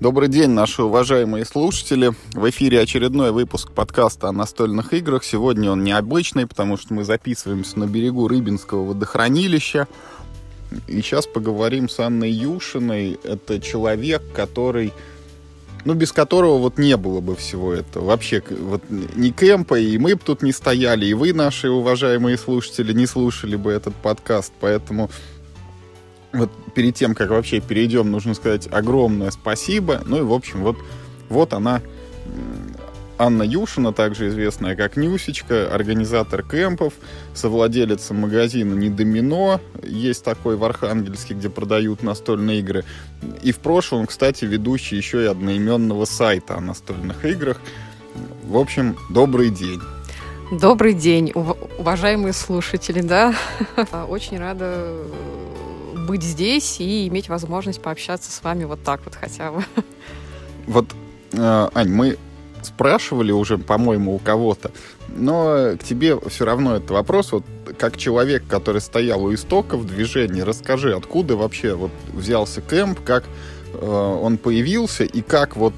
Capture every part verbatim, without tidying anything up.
Добрый день, наши уважаемые слушатели. В эфире очередной выпуск подкаста о настольных играх. Сегодня он необычный, потому что мы записываемся на берегу Рыбинского водохранилища. И сейчас поговорим с Анной Юшиной. Это человек, который... Ну, без которого вот не было бы всего этого. Вообще, вот ни кемпа, и мы бы тут не стояли, и вы, наши уважаемые слушатели, не слушали бы этот подкаст. Поэтому вот перед тем, как вообще перейдем, нужно сказать огромное спасибо. Ну и, в общем, вот, вот она, Анна Юшина, также известная как Нюсечка, организатор кемпов, совладелица магазина «Не Домино». Есть такой в Архангельске, где продают настольные игры. И в прошлом, кстати, ведущий еще и одноименного сайта о настольных играх. В общем, добрый день. Добрый день, уважаемые слушатели, да. Очень рада быть здесь и иметь возможность пообщаться с вами вот так вот хотя бы. Вот, Ань, мы спрашивали уже, по-моему, у кого-то, но к тебе все равно этот вопрос, вот как человек, который стоял у истоков движения, расскажи, откуда вообще вот взялся кемп, как э, он появился и как вот,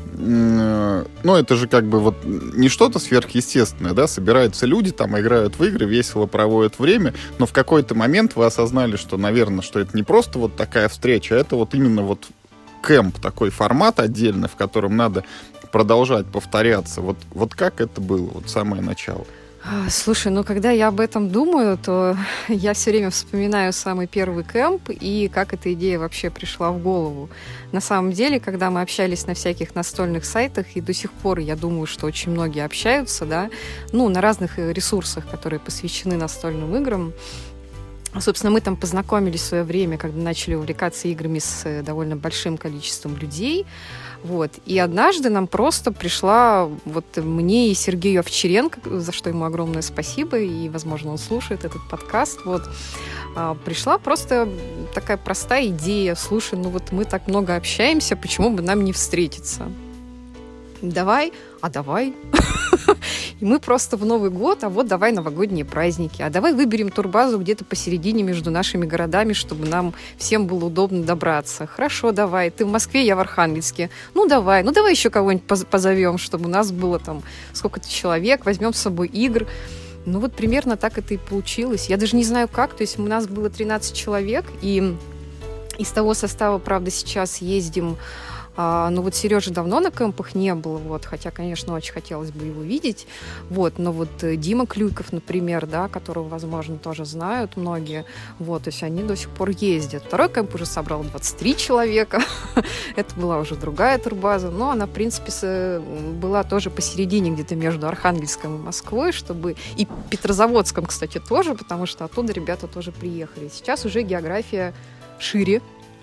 э, ну это же как бы вот не что-то сверхъестественное, да, собираются люди, там играют в игры, весело проводят время, но в какой-то момент вы осознали, что, наверное, что это не просто вот такая встреча, а это вот именно вот кемп, такой формат отдельный, в котором надо продолжать повторяться. Вот, вот как это было, вот самое начало? Слушай, ну когда я об этом думаю, то я все время вспоминаю самый первый кемп и как эта идея вообще пришла в голову. На самом деле, когда мы общались на всяких настольных сайтах, и до сих пор я думаю, что очень многие общаются, да, ну, на разных ресурсах, которые посвящены настольным играм. Собственно, мы там познакомились в свое время, когда начали увлекаться играми с довольно большим количеством людей. Вот. И однажды нам просто пришла, вот мне и Сергею Овчаренко, за что ему огромное спасибо, и, возможно, он слушает этот подкаст, вот, пришла просто такая простая идея. Слушай, ну вот мы так много общаемся, почему бы нам не встретиться? Давай, а давай. И мы просто в Новый год, а вот давай новогодние праздники, а давай выберем турбазу где-то посередине между нашими городами, чтобы нам всем было удобно добраться. Хорошо, давай. Ты в Москве, я в Архангельске. Ну, давай. Ну, давай еще кого-нибудь позовем, чтобы у нас было там сколько-то человек, возьмем с собой игр. Ну, вот примерно так это и получилось. Я даже не знаю как. То есть у нас было тринадцать человек, и из того состава, правда, сейчас ездим. А, ну вот Сережи давно на кемпах не было, вот, хотя, конечно, очень хотелось бы его видеть. Вот, но вот Дима Клюйков, например, да, которого, возможно, тоже знают многие, вот, то есть они до сих пор ездят. Второй кемп уже собрал двадцать три человека. Это была уже другая турбаза, но она, в принципе, была тоже посередине, где-то между Архангельском и Москвой, чтобы... И Петрозаводском, кстати, тоже, потому что оттуда ребята тоже приехали. Сейчас уже география шире.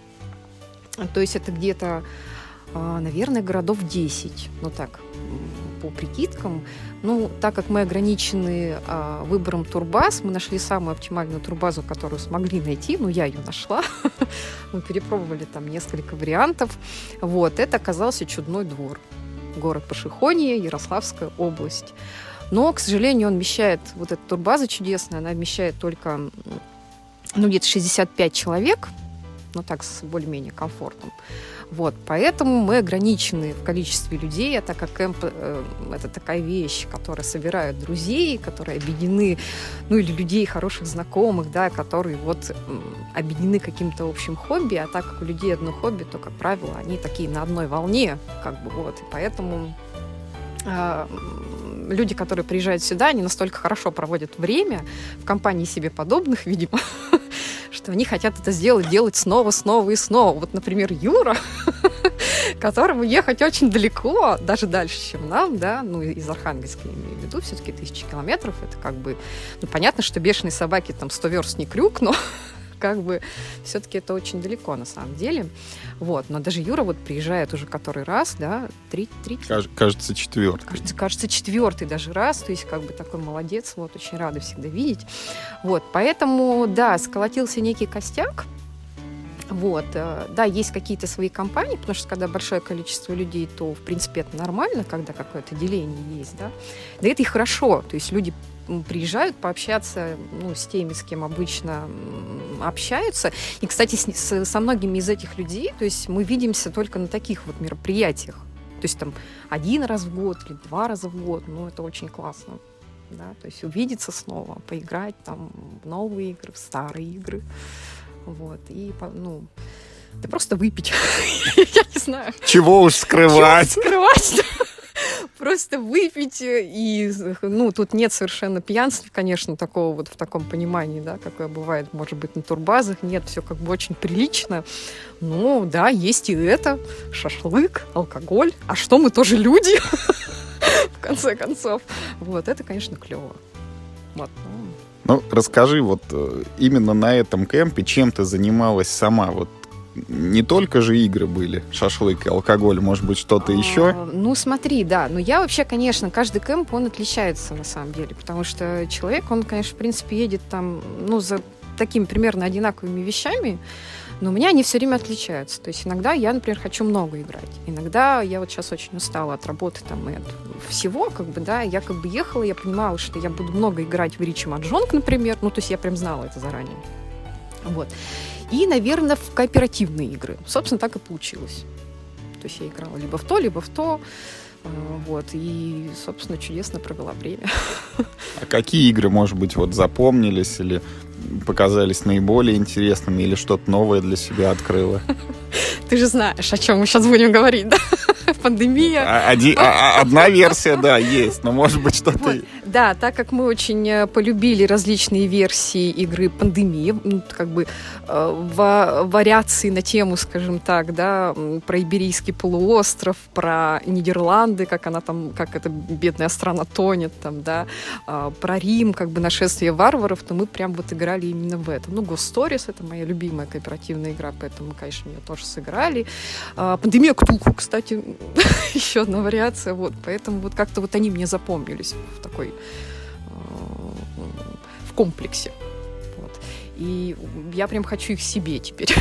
То есть это где-то, наверное, городов десять. Ну так, по прикидкам. Ну, так как мы ограничены а, выбором турбаз, мы нашли самую оптимальную турбазу, которую смогли найти. Ну, я ее нашла. Мы перепробовали там несколько вариантов. Вот, это оказался Чудной Двор. Город Пошехонье, Ярославская область. Но, к сожалению, он вмещает, вот эта турбаза чудесная, она вмещает только, ну, где-то шестьдесят пять человек. Ну, так, с более-менее комфортом. Вот, поэтому мы ограничены в количестве людей, а так как кемп э, — это такая вещь, которая собирает друзей, которые объединены, ну, или людей, хороших знакомых, да, которые вот э, объединены каким-то общим хобби, а так как у людей одно хобби, то, как правило, они такие на одной волне, как бы, вот, и поэтому э, люди, которые приезжают сюда, они настолько хорошо проводят время в компании себе подобных, видимо, что они хотят это сделать, делать снова, снова и снова. Вот, например, Юра, которому ехать очень далеко, даже дальше, чем нам, да, ну, из Архангельска, я имею в виду, все-таки тысячи километров, это как бы, ну, понятно, что бешеные собаки там сто верст не крюк, но как бы все-таки это очень далеко на самом деле. Вот. Но даже Юра вот приезжает уже который раз, да, три, три... Каж, кажется, четвертый. Кажется, кажется, четвертый даже раз, то есть как бы такой молодец, вот, очень рада всегда видеть. Вот, поэтому, да, сколотился некий костяк. Вот, да, есть какие-то свои компании, потому что когда большое количество людей, то, в принципе, это нормально, когда какое-то деление есть, да. Да это и хорошо, то есть люди приезжают пообщаться, ну, с теми, с кем обычно общаются. И, кстати, с, с, со многими из этих людей, то есть мы видимся только на таких вот мероприятиях. То есть там один раз в год или два раза в год, ну, это очень классно. Да? То есть увидеться снова, поиграть там в новые игры, в старые игры. Вот. И, ну, да просто выпить. Я не знаю. Чего уж скрывать. Чего скрывать, просто выпить, и, ну, тут нет совершенно пьянства, конечно, такого вот в таком понимании, да, какое бывает, может быть, на турбазах, нет, все как бы очень прилично, ну, да, есть и это, шашлык, алкоголь, а что, мы тоже люди, в конце концов, вот, это, конечно, клево. Вот, ну. Ну, расскажи, вот именно на этом кемпе чем ты занималась сама, вот, не только же игры были, шашлык и алкоголь, может быть, что-то а, еще? Ну, смотри, да. Но я вообще, конечно, каждый кемп, он отличается на самом деле, потому что человек, он, конечно, в принципе, едет там, ну, за такими примерно одинаковыми вещами, но у меня они все время отличаются. То есть иногда я, например, хочу много играть. Иногда я вот сейчас очень устала от работы там и от всего, как бы, да, я как бы ехала, я понимала, что я буду много играть в Ричи Маджонг, например, ну, то есть я прям знала это заранее. Вот. И, наверное, в кооперативные игры. Собственно, так и получилось. То есть я играла либо в то, либо в то. Вот. И, собственно, чудесно провела время. А какие игры, может быть, вот запомнились или показались наиболее интересными, или что-то новое для себя открыла? Ты же знаешь, о чем мы сейчас будем говорить, да? Пандемия. Один, а, одна версия, да, есть, но может быть что-то... Вот. Да, так как мы очень полюбили различные версии игры «Пандемия», ну, как бы э, в, вариации на тему, скажем так, да, про Иберийский полуостров, про Нидерланды, как она там, как эта бедная страна тонет, там, да, э, про Рим, как бы нашествие варваров, то мы прям вот играли именно в это. Ну, Ghost Stories — это моя любимая кооперативная игра, поэтому, конечно, ее тоже сыграли. Э, «Пандемия Ктулху», кстати, еще одна вариация, вот, поэтому вот как-то вот они мне запомнились в такой, в комплексе, вот. И я прям хочу их себе теперь.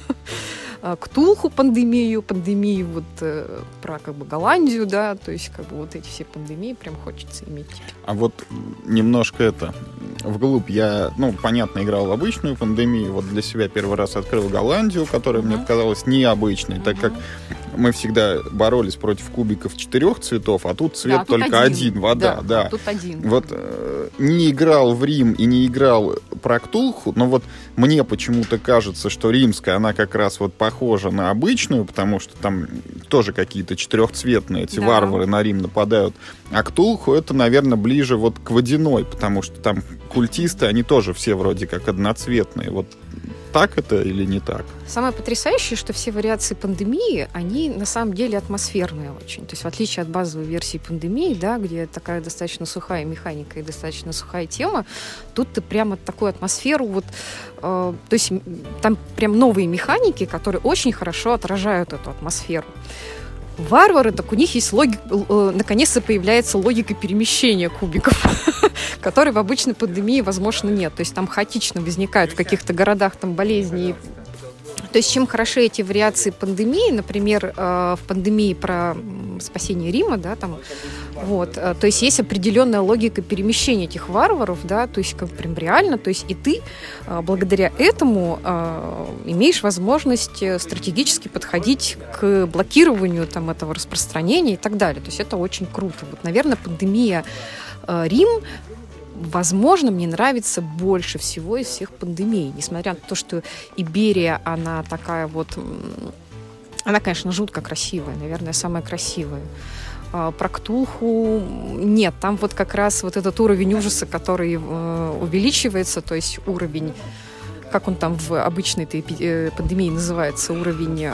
Ктулху пандемию, пандемию вот э, про как бы Голландию, да, то есть как бы вот эти все пандемии прям хочется иметь. А вот немножко это, вглубь я, ну, понятно, играл в обычную пандемию, вот для себя первый раз открыл Голландию, которая mm-hmm. мне показалась необычной, mm-hmm. так как мы всегда боролись против кубиков четырех цветов, а тут цвет да, тут только один, один вода, да. да. Тут один. Вот э, не играл в Рим и не играл про Ктулху, но вот мне почему-то кажется, что римская, она как раз вот похожа на обычную, потому что там тоже какие-то четырехцветные эти да. варвары на Рим нападают. А Ктулху это, наверное, ближе вот к водяной, потому что там культисты, они тоже все вроде как одноцветные. Вот так это или не так? Самое потрясающее, что все вариации пандемии, они на самом деле атмосферные очень. То есть в отличие от базовой версии пандемии, да, где такая достаточно сухая механика и достаточно сухая тема, тут ты прямо такую атмосферу вот... Э, то есть там прям новые механики, которые очень хорошо отражают эту атмосферу. Варвары, так у них есть логика, э, наконец-то появляется логика перемещения кубиков, которой в обычной пандемии, возможно, нет. То есть там хаотично возникают в каких-то городах там болезни. То есть чем хороши эти вариации пандемии, например, э, в пандемии про спасение Рима, да, там, вот, э, то есть есть определенная логика перемещения этих варваров, да, то есть как прям реально, то есть и ты э, благодаря этому э, имеешь возможность стратегически подходить к блокированию там этого распространения и так далее. То есть это очень круто. Вот, наверное, пандемия э, Рим, возможно, мне нравится больше всего из всех пандемий. Несмотря на то, что Иберия, она такая вот... Она, конечно, жутко красивая. Наверное, самая красивая. Про Ктулху нет. Там вот как раз вот этот уровень ужаса, который увеличивается, то есть уровень... Как он там в обычной этой пандемии называется? Уровень...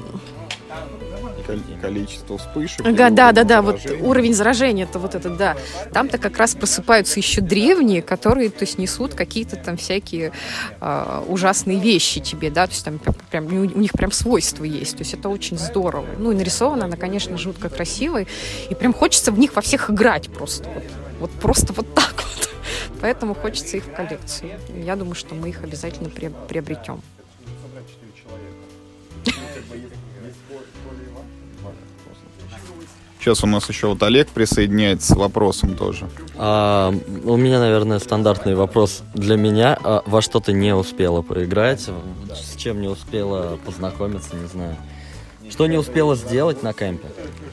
количество вспышек. Да, да, да, да, вот уровень заражения, это вот это, да. Там-то как раз просыпаются еще древние, которые, то есть, несут какие-то там всякие э, ужасные вещи тебе, да, то есть там прям, у них прям свойства есть, то есть это очень здорово. Ну и нарисована она, конечно, жутко красивой, и прям хочется в них во всех играть просто, вот, вот просто вот так вот. Поэтому хочется их в коллекцию. Я думаю, что мы их обязательно приобретем. Сейчас у нас еще вот Олег присоединяется с вопросом тоже. А, у меня, наверное, стандартный вопрос для меня. А, во что ты не успела поиграть? С чем не успела познакомиться, не знаю. Что не успела сделать на кемпе?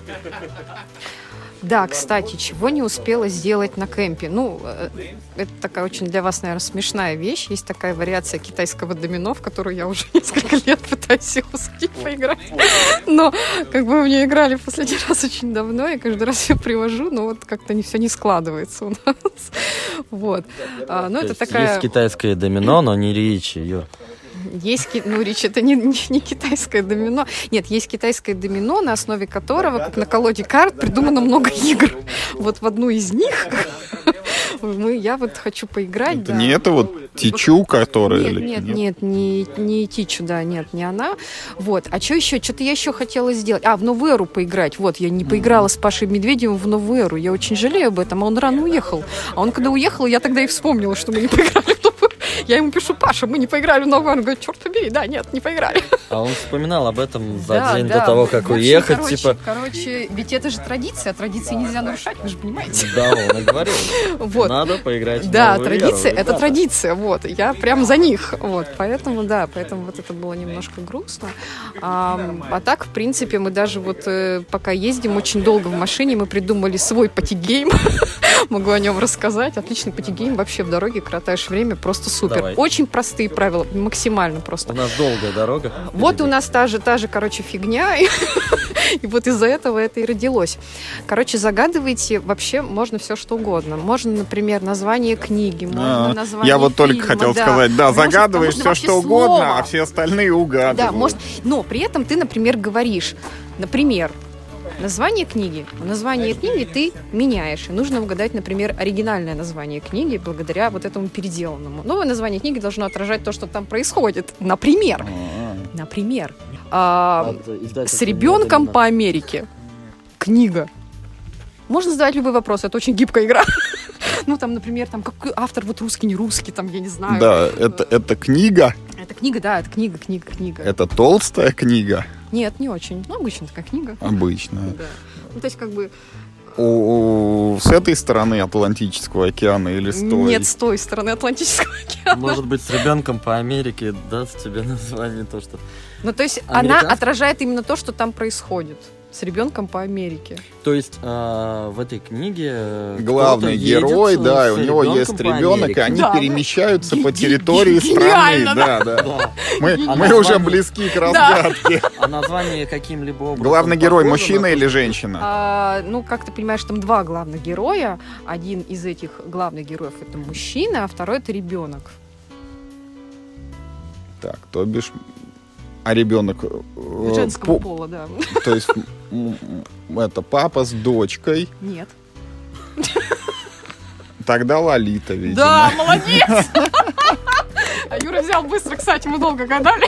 Да, кстати, чего не успела сделать на кемпе? Ну, это такая очень для вас, наверное, смешная вещь. Есть такая вариация китайского домино, в которую я уже несколько лет пытаюсь его судить поиграть. Но как бы мы в нее играли в последний раз очень давно, и каждый раз ее привожу, но вот как-то не все не складывается у нас. Вот. А, ну, это такая... Есть китайское домино, но не ричи, Юр. Есть, ну, Рич, это не, не, не китайское домино. Нет, есть китайское домино, на основе которого, как на колоде карт, придумано много игр. Вот в одну из них мы, я вот хочу поиграть. Это да. не это вот Тичу, которая? Нет, или... нет, нет, нет, не, не Тичу, да, нет, не она. Вот. А что еще? Что-то я еще хотела сделать. А, в новую эру поиграть. Вот, я не поиграла с Пашей Медведевым в новую эру. Я очень жалею об этом, а он рано уехал. А он когда уехал, я тогда и вспомнила, что мы не поиграли в новую эру. Я ему пишу: Паша, мы не поиграли в новую эру. Он говорит: черт побери, да, нет, не поиграли. А он вспоминал об этом за да, день да. до того, как в общем, уехать, короче, типа... Короче, ведь это же традиция, а традиции нельзя нарушать, вы же понимаете. Да, он и говорил. Вот. Надо поиграть в Да, новую традиция, эру, это ребята. традиция, вот, я прям за них, вот, поэтому, да, поэтому вот это было немножко грустно. А, а так, в принципе, мы даже вот э, пока ездим очень долго в машине, мы придумали свой патигейм, могу о нем рассказать, отличный патигейм, вообще в дороге коротаешь время, просто супер. Давай. Очень простые правила, максимально просто. У нас долгая дорога. Вот у нас та же, та же, короче, фигня, и, и вот из-за этого это и родилось. Короче, загадывайте вообще можно все что угодно. Можно, например, название книги, можно А, название Я вот только фильма, хотел да. сказать, да, Можно- загадываешь можно все, вообще что слово. угодно, а все остальные угадывают. Да, может, но при этом ты, например, говоришь, например, название книги. Название книги ты меняешь. И нужно угадать, например, оригинальное название книги благодаря вот этому переделанному. Новое название книги должно отражать то, что там происходит. Например, А, например, а, От издательства с ребенком «Медленно». по Америке. Книга. Можно задавать любой вопрос, это очень гибкая игра. Ну, там, например, там, какой автор, вот русский, не русский, там, я не знаю. Да, это, это книга, Это книга, да, это книга, книга, книга. это толстая книга, Нет, не очень. Ну, обычно такая книга. обычная. Да. Ну, то есть, как бы... У, у- с этой стороны Атлантического океана или с той? Нет, с той стороны Атлантического океана. Может быть, с ребенком по Америке даст тебе название то, что... Ну, то есть, Американский? она отражает именно то, что там происходит. С ребенком по Америке. То есть э, в этой книге э, Главный кто-то едет герой, да, и с у него ребенком есть по ребенок, и Америке. они Да, да. перемещаются по Ге- территории ге- страны. гениально, Да, да. Да. Мы, А мы название- уже близки к разгадке. А название каким-либо образом... Главный герой похоже мужчина на то, или что- женщина? А, ну, как ты понимаешь, там два главных героя. Один из этих главных героев — это мужчина, а второй — это ребенок. Так, то бишь, а ребенок... э, Женского по- пола, да. То есть м, м, это папа с дочкой, Нет. тогда Лолита, видимо. Да, молодец! А Юра взял быстро, кстати, мы долго гадали.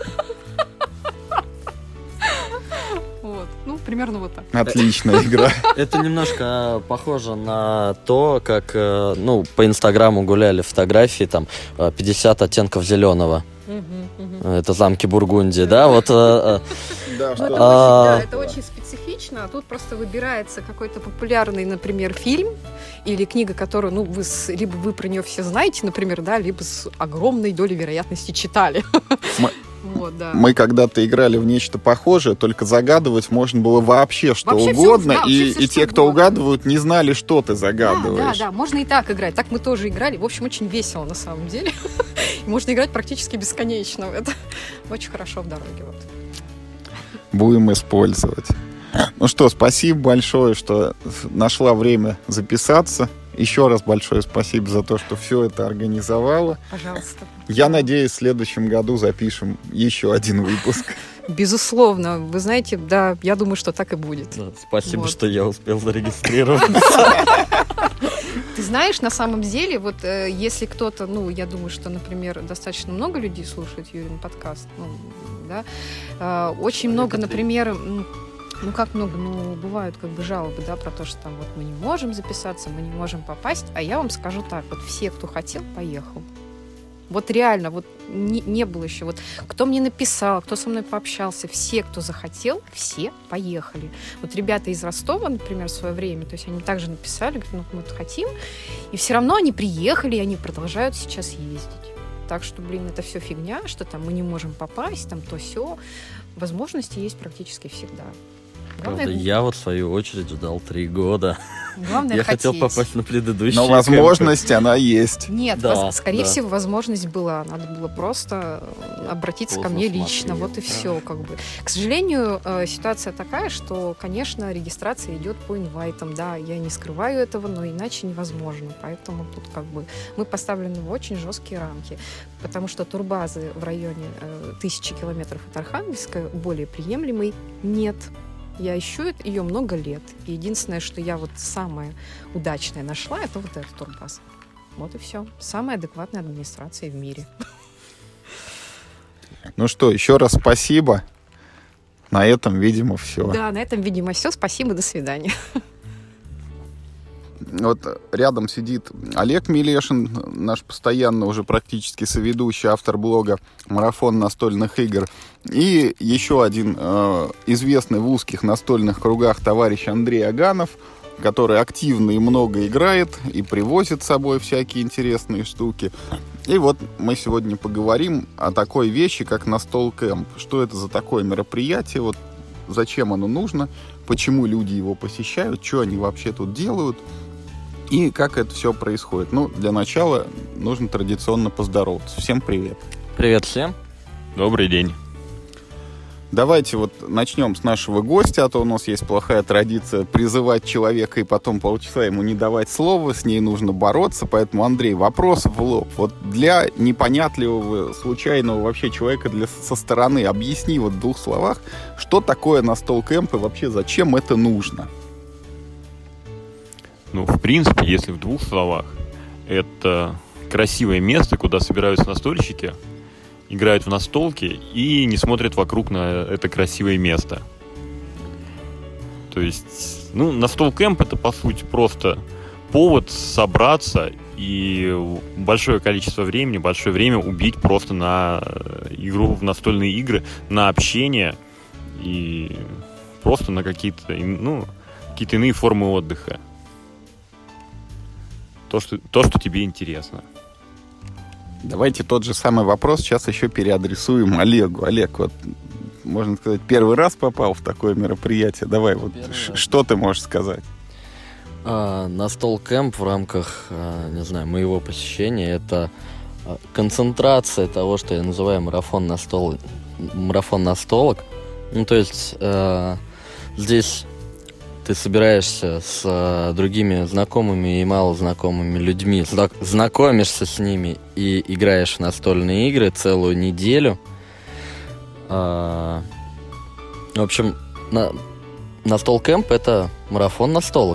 Вот. Ну, примерно вот так. Отличная игра. Это немножко похоже на то, как, э, ну, по Инстаграму гуляли фотографии, там, э, пятьдесят оттенков зеленого. Это замки Бургундии, да? Вот э, э, Да, Ну, что- это, А. очень, да, это очень специфично. А тут просто выбирается какой-то популярный, например, фильм или книга, которую, ну, вы с- либо вы про нее все знаете, например, да, либо с огромной долей вероятности читали. Мы- Вот, да. Мы когда-то играли в нечто похожее, только загадывать можно было вообще что Вообще всё, угодно, да, вообще и, всё, и что те, кто угодно. угадывают, не знали, что ты Да, загадываешь. да, да, можно и так играть. Так мы тоже играли. В общем, очень весело на самом деле. И можно играть практически бесконечно. Это очень хорошо в дороге. Вот. Будем использовать. Ну что, спасибо большое, что нашла время записаться. Еще раз большое спасибо за то, что все это организовала. Пожалуйста. Я надеюсь, в следующем году запишем еще один выпуск. Безусловно. Вы знаете, да, я думаю, что так и будет. да, спасибо, Вот. что я успел зарегистрироваться. Ты знаешь, на самом деле, вот э, если кто-то, ну, я думаю, что, например, достаточно много людей слушает Юрин подкаст, ну, да, э, очень много, например, м, ну, как много, ну, бывают как бы жалобы, да, про то, что там вот мы не можем записаться, мы не можем попасть, а я вам скажу так, вот все, кто хотел, поехал. Вот реально, вот не, не было еще. Вот кто мне написал, кто со мной пообщался, все, кто захотел, все поехали. Вот ребята из Ростова, например, в свое время, то есть они также написали, говорят, ну, мы тут хотим, и все равно они приехали, и они продолжают сейчас ездить. Так что, блин, это все фигня, что там мы не можем попасть, там то-сё. Возможности есть практически всегда. Главное, Правда, я вот в свою очередь ждал три года. Главное я хотеть. хотел попасть на предыдущий. Но возможность кемпы. Она есть. Нет, да, воз, скорее да. всего, возможность была. Надо было просто обратиться Поздно ко мне смотрел, лично. Вот и да. все. Как бы. К сожалению, ситуация такая, что, конечно, регистрация идет по инвайтам. Да, я не скрываю этого, но иначе невозможно. Поэтому тут как бы мы поставлены в очень жесткие рамки. Потому что турбазы в районе э, тысячи километров от Архангельска более приемлемой нет. Я ищу ее много лет. И единственное, что я вот самое удачное нашла, это вот этот турбаз. Вот и все. Самая адекватная администрация в мире. Ну что, еще раз спасибо. На этом, видимо, все. Да, на этом, видимо, все. Спасибо, до свидания. Вот рядом сидит Олег Милешин, наш постоянно уже практически соведущий, автор блога «Марафон настольных игр». И еще один э, известный в узких настольных кругах товарищ Андрей Аганов, который активно и много играет и привозит с собой всякие интересные штуки. И вот мы сегодня поговорим о такой вещи, как настол-кэмп. Что это за такое мероприятие, вот зачем оно нужно, почему люди его посещают, что они вообще тут делают и как это все происходит. Ну, для начала нужно традиционно поздороваться. Всем привет. Привет всем. Добрый день. Давайте вот начнем с нашего гостя, а то у нас есть плохая традиция призывать человека и потом полчаса ему не давать слова, с ней нужно бороться. Поэтому, Андрей, вопрос в лоб. Вот для непонятливого, случайного вообще человека для, со стороны объясни вот в двух словах, что такое настол-кэмп и вообще зачем это нужно? Ну, в принципе, если в двух словах, это красивое место, куда собираются настольщики, играют в настолки и не смотрят вокруг на это красивое место. То есть, ну, настол-кэмп — это, по сути, просто повод собраться и большое количество времени, большое время убить просто на игру в настольные игры, на общение и просто на какие-то, ну, какие-то иные формы отдыха. То, что, то, что тебе интересно. Давайте тот же самый вопрос сейчас еще переадресуем Олегу. Олег, вот, можно сказать, первый раз попал в такое мероприятие. Давай, вот, ш- что ты можешь сказать? А, настол-кэмп в рамках, а, не знаю, моего посещения — это а, концентрация того, что я называю марафон настол, марафон настолок. Ну, то есть а, здесь ты собираешься с а, другими знакомыми и малознакомыми людьми, зна- знакомишься с ними и играешь в настольные игры целую неделю. А, в общем, на, настол-кэмп — это марафон настолок.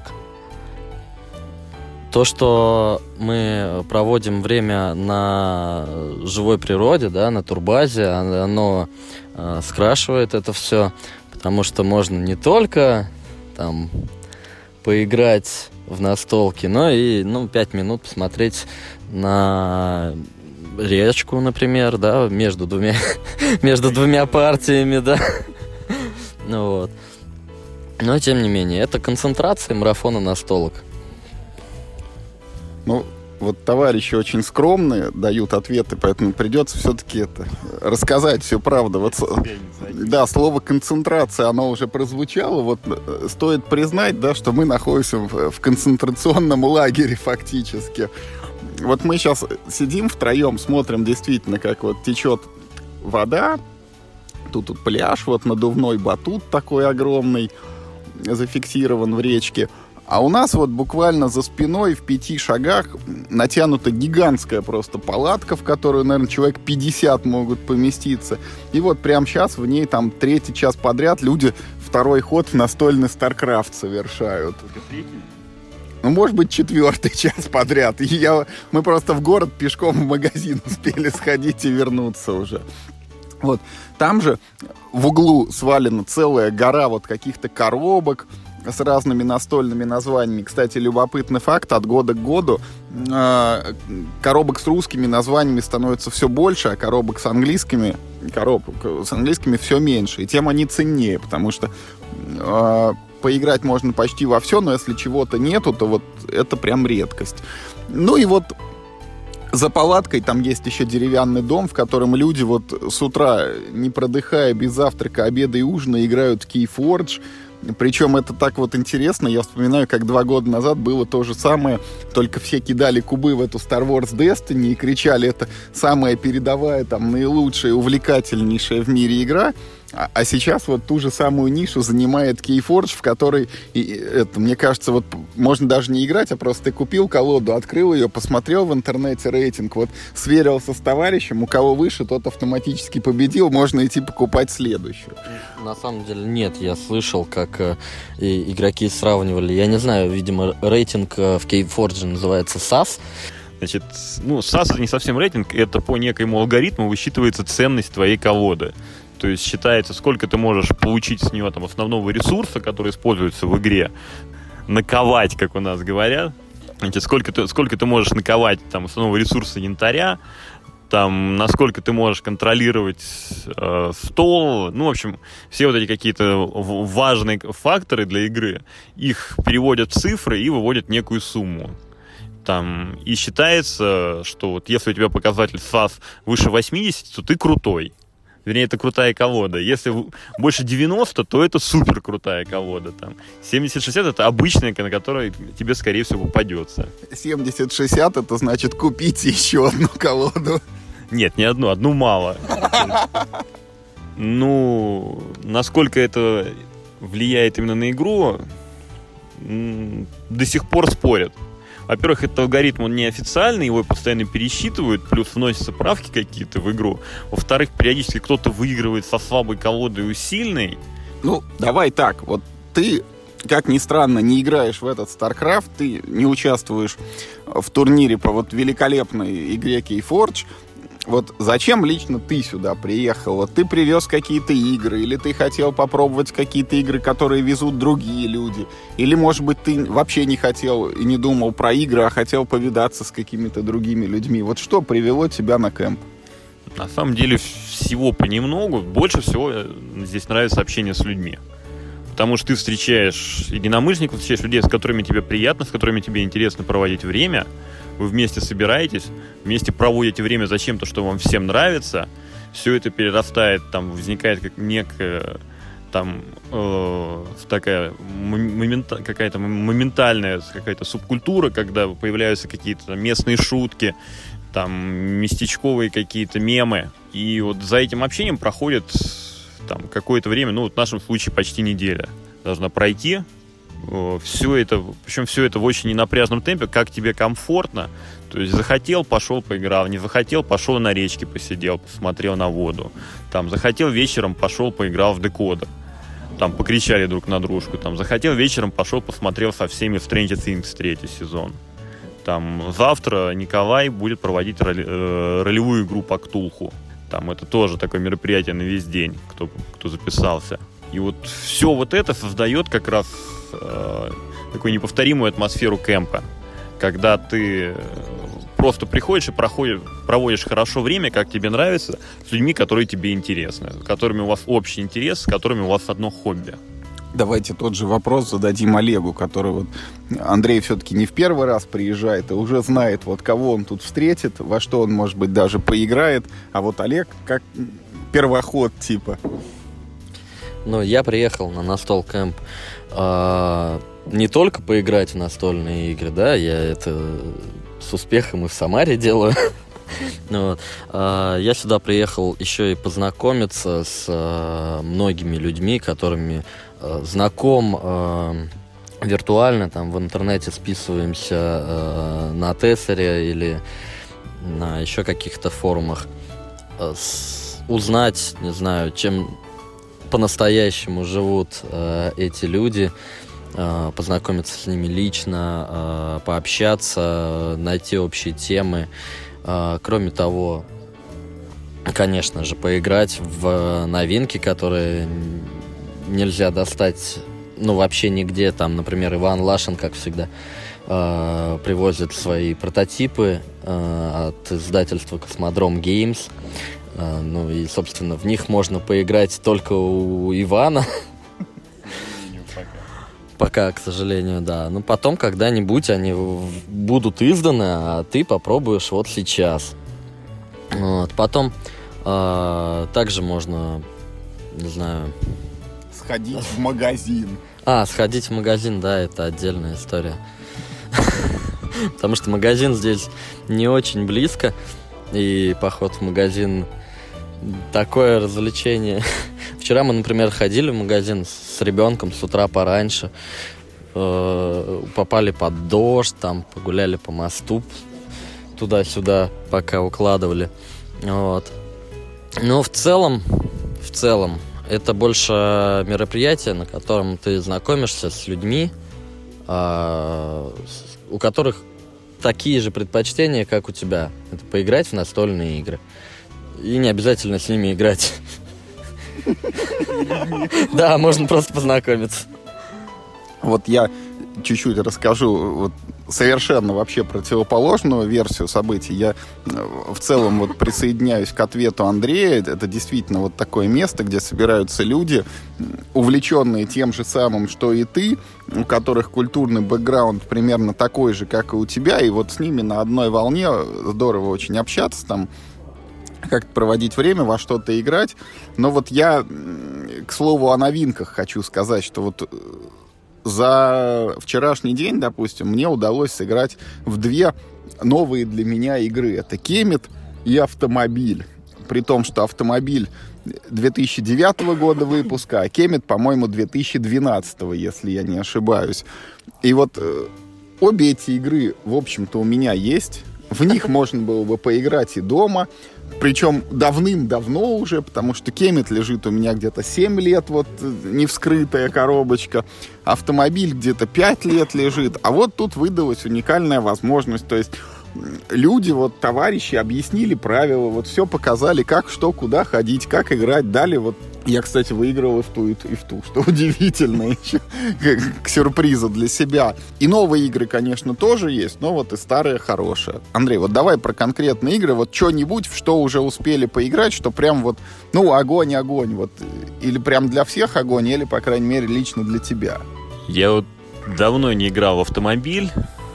То, что мы проводим время на живой природе, да, на турбазе, оно а, скрашивает это все, потому что можно не только там поиграть в настолки, но и, ну, пять минут посмотреть на речку, например, да, между двумя между двумя партиями, да. Ну вот. Но тем не менее, это концентрация марафона настолок. Ну, вот товарищи очень скромные дают ответы, поэтому придется все-таки это рассказать всю правду. Вот, да, слово концентрация, оно уже прозвучало. Вот стоит признать, да, что мы находимся в, в концентрационном лагере фактически. Вот мы сейчас сидим втроем, смотрим действительно, как вот течет вода. Тут, тут пляж, вот надувной батут такой огромный зафиксирован в речке. А у нас вот буквально за спиной в пяти шагах натянута гигантская просто палатка, в которую, наверное, человек пятьдесят могут поместиться. И вот прямо сейчас в ней там третий час подряд люди второй ход в настольный StarCraft совершают. Ну, может быть, четвертый час подряд. И я, мы просто в город пешком в магазин успели сходить и вернуться уже. Вот. Там же в углу свалена целая гора вот каких-то коробок, с разными настольными названиями. Кстати, любопытный факт, от года к году э, коробок с русскими названиями становится все больше, а коробок с английскими, коробок с английскими все меньше. И тем они ценнее, потому что э, поиграть можно почти во все, но если чего-то нету, то вот это прям редкость. Ну и вот за палаткой там есть еще деревянный дом, в котором люди вот с утра, не продыхая, без завтрака, обеда и ужина, играют в Keyforge. Причем это так вот интересно. Я вспоминаю, как два года назад было то же самое, только все кидали кубы в эту Star Wars Destiny и кричали, это самая передовая, там, наилучшая, увлекательнейшая в мире игра. А, а сейчас вот ту же самую нишу занимает Keyforge, в которой, и, это, мне кажется, вот можно даже не играть, а просто ты купил колоду, открыл ее, посмотрел в интернете рейтинг, вот сверился с товарищем, у кого выше, тот автоматически победил, можно идти покупать следующую. На самом деле нет, я слышал, как э, и игроки сравнивали, я не знаю, видимо, рейтинг э, в Keyforge называется сас. Значит, ну, сас это не совсем рейтинг, это по некоему алгоритму высчитывается ценность твоей колоды. То есть считается, сколько ты можешь получить с нее там основного ресурса, который используется в игре, наковать, как у нас говорят. Значит, сколько ты, сколько ты можешь наковать там основного ресурса янтаря, там, насколько ты можешь контролировать э, стол, ну, в общем, все вот эти какие-то важные факторы для игры, их переводят в цифры и выводят некую сумму. Там, и считается, что вот если у тебя показатель сас выше восемьдесят, то ты крутой. Вернее, это крутая колода. Если больше девяносто, то это супер крутая колода. Там семьдесят-шестьдесят это обычная, на которой тебе, скорее всего, попадется. семьдесят-шестьдесят это значит купите еще одну колоду. Нет, не одну, одну мало. Ну, насколько это влияет именно на игру, до сих пор спорят. Во-первых, этот алгоритм, он неофициальный, его постоянно пересчитывают, плюс вносятся правки какие-то в игру. Во-вторых, периодически кто-то выигрывает со слабой колодой у сильной. Ну, давай так, вот ты, как ни странно, не играешь в этот StarCraft, ты не участвуешь в турнире по вот великолепной игре Keyforge. Вот зачем лично ты сюда приехал? Вот ты привез какие-то игры, или ты хотел попробовать какие-то игры, которые везут другие люди? Или, может быть, ты вообще не хотел и не думал про игры, а хотел повидаться с какими-то другими людьми? Вот что привело тебя на кэмп? На самом деле всего понемногу. Больше всего здесь нравится общение с людьми. Потому что ты встречаешь единомышленников, встречаешь людей, с которыми тебе приятно, с которыми тебе интересно проводить время. Вы вместе собираетесь, вместе проводите время за чем-то, что вам всем нравится. Все это перерастает, там возникает как некая там э, такая момента, какая-то моментальная какая-то субкультура, когда появляются какие-то местные шутки, там местечковые какие-то мемы. И вот за этим общением проходит там какое-то время, ну вот в нашем случае почти неделя должна пройти. Все это, причем все это в очень ненапряжном темпе, как тебе комфортно. То есть захотел, пошел поиграл, не захотел, пошел на речке посидел, посмотрел на воду. Там захотел вечером, пошел поиграл в декодер. Там покричали друг на дружку. Там захотел вечером, пошел посмотрел со всеми Stranger Things третий сезон. Там завтра Николай будет проводить роли, э, ролевую игру по Ктулху. Там это тоже такое мероприятие на весь день, кто, кто записался. И вот все вот это создает как раз э, такую неповторимую атмосферу кемпа, когда ты просто приходишь и проходишь, проводишь хорошо время, как тебе нравится, с людьми, которые тебе интересны, с которыми у вас общий интерес, с которыми у вас одно хобби. Давайте тот же вопрос зададим Олегу, который вот Андрей все-таки не в первый раз приезжает и уже знает, вот кого он тут встретит, во что он, может быть, даже поиграет, а вот Олег как первоход типа. Ну, я приехал на настол кэмп э, не только поиграть в настольные игры, да, я это с успехом и в Самаре делаю. Вот. э, я сюда приехал еще и познакомиться с э, многими людьми, которыми э, знаком э, виртуально, там в интернете списываемся э, на Тессере или на еще каких-то форумах. Э, с, узнать, не знаю, чем по-настоящему живут э, эти люди, э, познакомиться с ними лично, э, пообщаться, найти общие темы. Э, кроме того, конечно же, поиграть в новинки, которые нельзя достать ну, вообще нигде. Там, например, Иван Лашин, как всегда, э, привозит свои прототипы э, от издательства «Космодром Геймс». Э, ну, и, собственно, в них можно поиграть только у Ивана. Пока, к сожалению, да. Но потом когда-нибудь они будут изданы, а ты попробуешь вот сейчас. Вот. Потом э, также можно, не знаю... Сходить в магазин. А, сходить в магазин, да, это отдельная история. Потому что магазин здесь не очень близко, и поход в магазин такое развлечение. Вчера мы, например, ходили в магазин с ребенком с утра пораньше, э, попали под дождь, там погуляли по мосту туда-сюда, пока укладывали. Вот. Но в целом, в целом, это больше мероприятие, на котором ты знакомишься с людьми, э, у которых такие же предпочтения, как у тебя. Это поиграть в настольные игры. И не обязательно с ними играть. Да, можно просто познакомиться. Вот я чуть-чуть расскажу вот совершенно вообще противоположную версию событий. Я в целом вот присоединяюсь к ответу Андрея. Это действительно вот такое место, где собираются люди, увлеченные тем же самым, что и ты, у которых культурный бэкграунд примерно такой же, как и у тебя, и вот с ними на одной волне здорово очень общаться, там как-то проводить время, во что-то играть. Но вот я, к слову, о новинках хочу сказать, что вот за вчерашний день, допустим, мне удалось сыграть в две новые для меня игры. Это Кемет и Автомобиль. При том, что Автомобиль две тысячи девятого года выпуска, а Кемет, по-моему, две тысячи двенадцатого, если я не ошибаюсь. И вот э, обе эти игры, в общем-то, у меня есть. В них можно было бы поиграть и дома. Причем давным-давно уже, потому что Кемет лежит у меня где-то семь лет, вот невскрытая коробочка. Автомобиль где-то пять лет лежит. А вот тут выдалась уникальная возможность. То есть люди, вот товарищи объяснили правила, вот все показали, как, что, куда ходить, как играть. Дали вот... Я, кстати, выиграл и в ту, и в ту, что удивительно еще, к, к сюрпризу для себя. И новые игры, конечно, тоже есть, но вот и старые хорошие. Андрей, вот давай про конкретные игры, вот что-нибудь, в что уже успели поиграть, что прям вот, ну, огонь-огонь, вот, или прям для всех огонь, или, по крайней мере, лично для тебя. Я вот давно не играл в Автомобиль,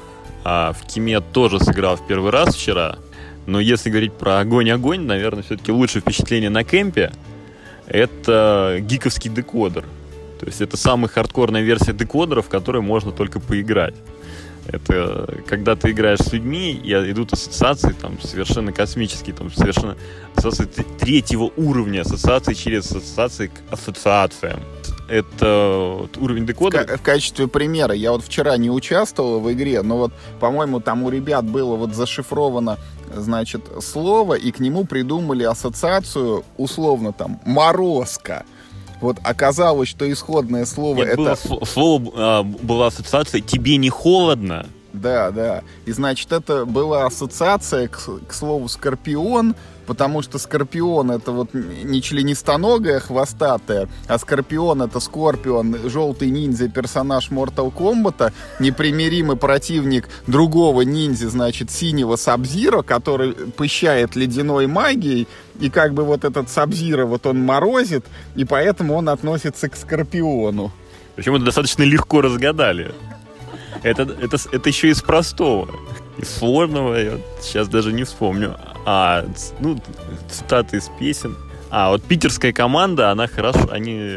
а в Кемет тоже сыграл в первый раз вчера. Но если говорить про огонь-огонь, наверное, все-таки лучшее впечатление на кемпе — это гиковский декодер. То есть это самая хардкорная версия декодера, в которой можно только поиграть. Это когда ты играешь с людьми, и идут ассоциации там совершенно космические, там совершенно ассоциации третьего уровня, ассоциации через ассоциации к ассоциациям. Это вот уровень декодера. В, в качестве примера, я вот вчера не участвовал в игре, но вот, по-моему, там у ребят было вот зашифровано, значит, слово, и к нему придумали ассоциацию, условно, там, «морозко». Вот оказалось, что исходное слово Нет, это... Было, слово, а, была ассоциация «тебе не холодно». Да, да. И, значит, это была ассоциация к, к слову «скорпион», потому что скорпион — это вот не членистоногая, хвостатая, а скорпион — это Скорпион, желтый ниндзя, персонаж Mortal Kombat, непримиримый противник другого ниндзя, значит, синего Сабзиро, который пыщает ледяной магией, и как бы вот этот Сабзиро, вот он морозит, и поэтому он относится к скорпиону. Причем это достаточно легко разгадали. Это, это, это еще из простого. Из сложного я сейчас даже не вспомню. А, ну, цитаты из песен. А, вот питерская команда, она хорошо, они...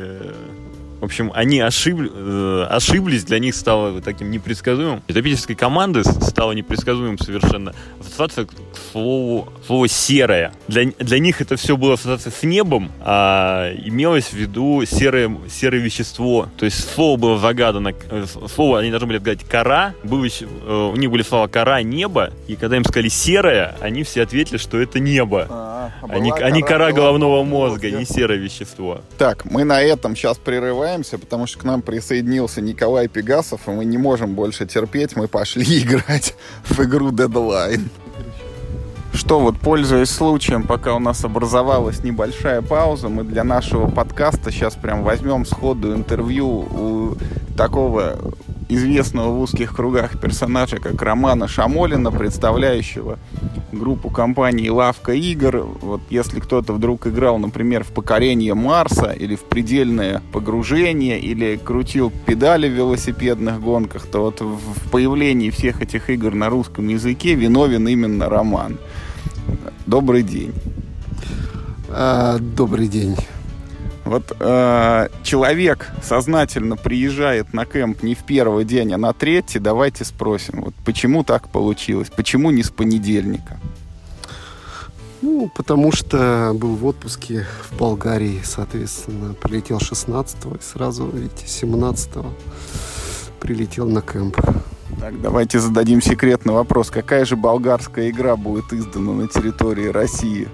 В общем, они ошиб... ошиблись, для них стало таким непредсказуемым. Для питерской команды стало непредсказуемым совершенно ассоциация к слову, слову «серое». Для, для них это все было ассоциация с небом, а имелось в виду серое, серое вещество. То есть слово было загадано, слово они должны были отгадать «кора», было еще, у них были слова «кора», «небо», и когда им сказали «серое», они все ответили, что это небо. А, они, кора, они кора головного мозга, мозга, не серое вещество. Так, мы на этом сейчас прерываем, потому что к нам присоединился Николай Пегасов, и мы не можем больше терпеть, мы пошли играть в игру Deadline. Что вот, пользуясь случаем, пока у нас образовалась небольшая пауза, мы для нашего подкаста сейчас прям возьмем сходу интервью у такого известного в узких кругах персонажа, как Романа Шамолина, представляющего группу компании «Лавка игр». Вот если кто-то вдруг играл, например, в «Покорение Марса» или в «Предельное погружение», или крутил педали в велосипедных гонках, то вот в появлении всех этих игр на русском языке виновен именно Роман. Добрый день. А, добрый день. Вот э, человек сознательно приезжает на кемп не в первый день, а на третий. Давайте спросим, вот почему так получилось? Почему не с понедельника? Ну, потому что был в отпуске в Болгарии, соответственно, прилетел шестнадцатого и сразу, видите, семнадцатого прилетел на кемп. Так, давайте зададим секретный вопрос. Какая же болгарская игра будет издана на территории России?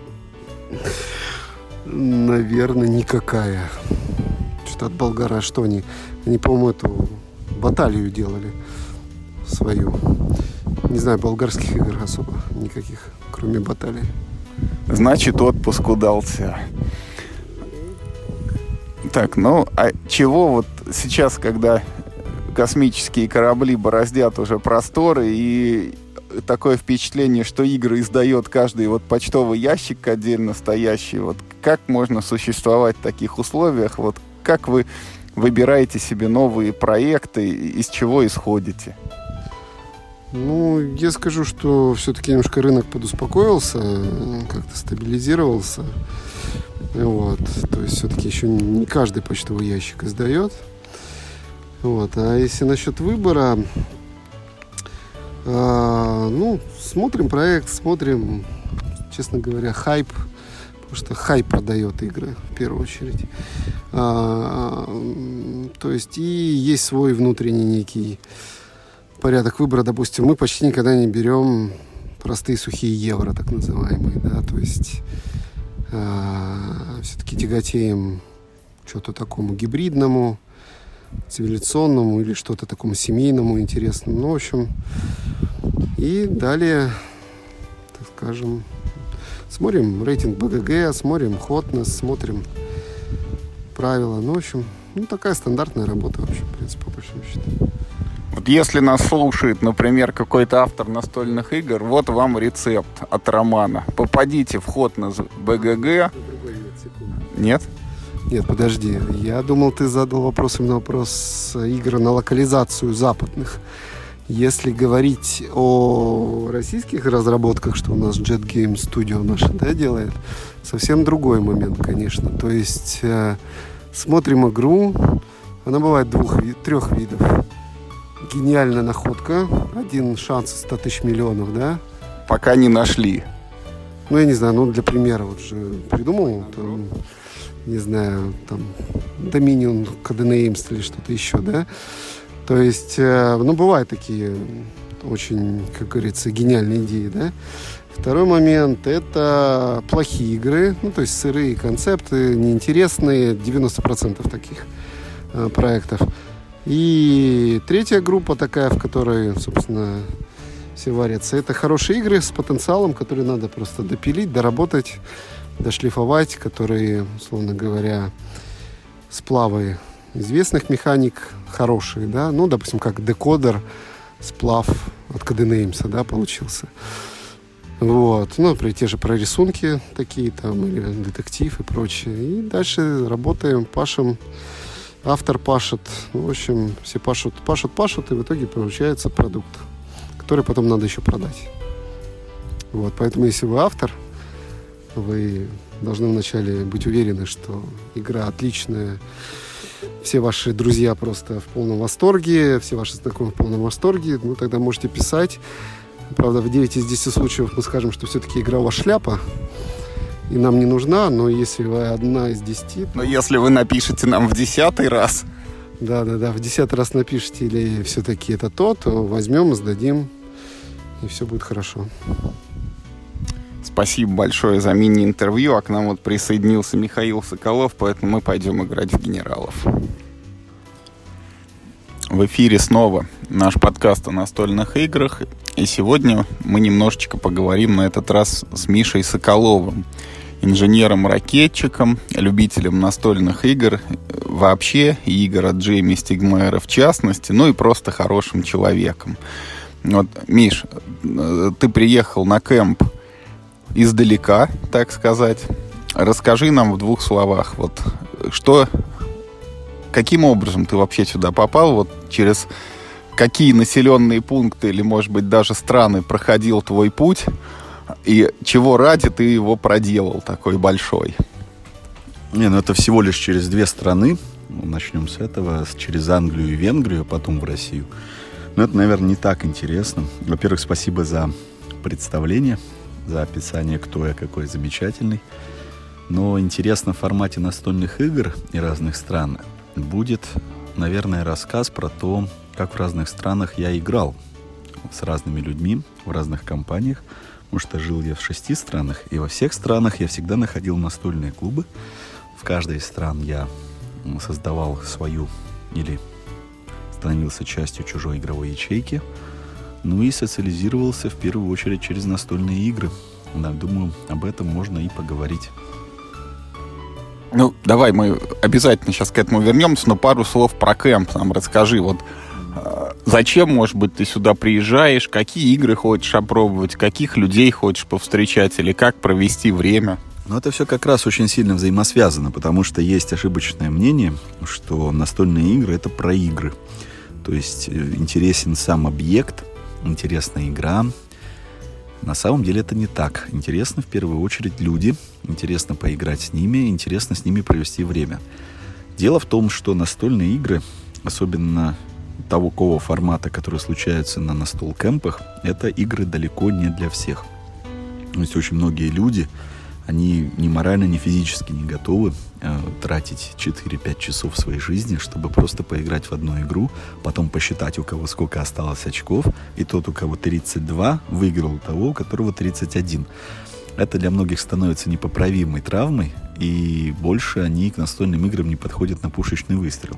Наверное, никакая. Что-то от болгара, а что они? Они, по-моему, эту баталию делали свою. Не знаю, болгарских игр особо никаких, кроме баталии. Значит, отпуск удался. Так, ну, а чего вот сейчас, когда космические корабли бороздят уже просторы, и такое впечатление, что игры издает каждый вот почтовый ящик отдельно стоящий, вот как можно существовать в таких условиях? Вот как вы выбираете себе новые проекты, из чего исходите? Ну, я скажу, что все-таки немножко рынок подуспокоился, как-то стабилизировался. Вот. То есть все-таки еще не каждый почтовый ящик издает. Вот. А если насчет выбора, а, ну, смотрим проект, смотрим, честно говоря, хайп. Потому что хайп продает игры, в первую очередь. А, то есть и есть свой внутренний некий порядок выбора. Допустим, мы почти никогда не берем простые сухие евро, так называемые. Да? То есть а, все-таки тяготеем что-то такому гибридному, цивилизационному или что-то такому семейному, интересному. Ну, в общем, и далее, так скажем, смотрим рейтинг бэ гэ гэ, смотрим хотнесс, смотрим правила. Ну, в общем, ну, такая стандартная работа вообще, в принципе, по большому счету. Вот если нас слушает, например, какой-то автор настольных игр, вот вам рецепт от Романа. Попадите в хотнесс бэ гэ гэ. Нет? Нет, подожди. Я думал, ты задал вопрос именно вопрос игр на локализацию западных. Если говорить о российских разработках, что у нас Jet Game Studio наша, да, делает, совсем другой момент, конечно. То есть э, смотрим игру, она бывает двух, трех видов. Гениальная находка, один шанс сто тысяч миллионов, да? Пока не нашли. Ну, я не знаю, ну, для примера вот же придумал, там, не знаю, там, Dominion, Codenames или что-то еще, да? То есть, ну, бывают такие очень, как говорится, гениальные идеи, да. Второй момент – это плохие игры, ну, то есть сырые концепты, неинтересные, девяносто процентов таких э, проектов. И третья группа такая, в которой, собственно, все варятся, это хорошие игры с потенциалом, которые надо просто допилить, доработать, дошлифовать, которые, условно говоря, сплавы известных механик хорошие, да, ну, допустим, как декодер, сплав от Codenames, да, получился. Вот, ну, например, те же про рисунки такие там, или детектив и прочее. И дальше работаем, пашем, автор пашет, в общем, все пашут, пашут, пашут, и в итоге получается продукт, который потом надо еще продать. Вот, поэтому, если вы автор, вы должны вначале быть уверены, что игра отличная, все ваши друзья просто в полном восторге, все ваши знакомые в полном восторге, ну, тогда можете писать. Правда, в девять из десяти случаев мы скажем, что все-таки игра у вас шляпа, и нам не нужна, но если вы одна из десяти... Но если вы напишете нам в десятый раз... Да-да-да, в десятый раз напишите, или все-таки это то, то возьмем и сдадим, и все будет хорошо. Спасибо большое за мини-интервью, а к нам вот присоединился Михаил Соколов, поэтому мы пойдем играть в генералов. В эфире снова наш подкаст о настольных играх. И сегодня мы немножечко поговорим на этот раз с Мишей Соколовым, инженером-ракетчиком, любителем настольных игр вообще, и игр от Джейми Стигмайера в частности, ну и просто хорошим человеком. Вот, Миш, ты приехал на кемп издалека, так сказать. Расскажи нам в двух словах, вот, что, каким образом ты вообще сюда попал, вот через какие населенные пункты или, может быть, даже страны проходил твой путь, и чего ради ты его проделал такой большой? Не, ну это всего лишь через две страны. Начнем с этого, через Англию и Венгрию, а потом в Россию. Но это, наверное, не так интересно. Во-первых, спасибо за представление, за описание, кто я, какой замечательный. Но интересно в формате настольных игр и разных стран будет, наверное, рассказ про то, как в разных странах я играл с разными людьми, в разных компаниях. Потому что жил я в шести странах, и во всех странах я всегда находил настольные клубы. В каждой из стран я создавал свою или становился частью чужой игровой ячейки. Ну и социализировался в первую очередь через настольные игры. Да, думаю, об этом можно и поговорить. Ну, давай мы обязательно сейчас к этому вернемся, но пару слов про кемп нам расскажи. Вот зачем, может быть, ты сюда приезжаешь, какие игры хочешь опробовать, каких людей хочешь повстречать или как провести время? Ну, это все как раз очень сильно взаимосвязано, потому что есть ошибочное мнение, что настольные игры — это про игры. То есть интересен сам объект, интересна игра. На самом деле это не так. Интересно в первую очередь люди, интересно поиграть с ними, интересно с ними провести время. Дело в том, что настольные игры, особенно такого формата, которые случаются на настол-кемпах, это игры далеко не для всех. То есть очень многие люди, они ни морально, ни физически не готовы э, тратить четыре-пять часов своей жизни, чтобы просто поиграть в одну игру, потом посчитать, у кого сколько осталось очков, и тот, у кого тридцать два, выиграл у того, у которого тридцать один. Это для многих становится непоправимой травмой, и больше они к настольным играм не подходят на пушечный выстрел.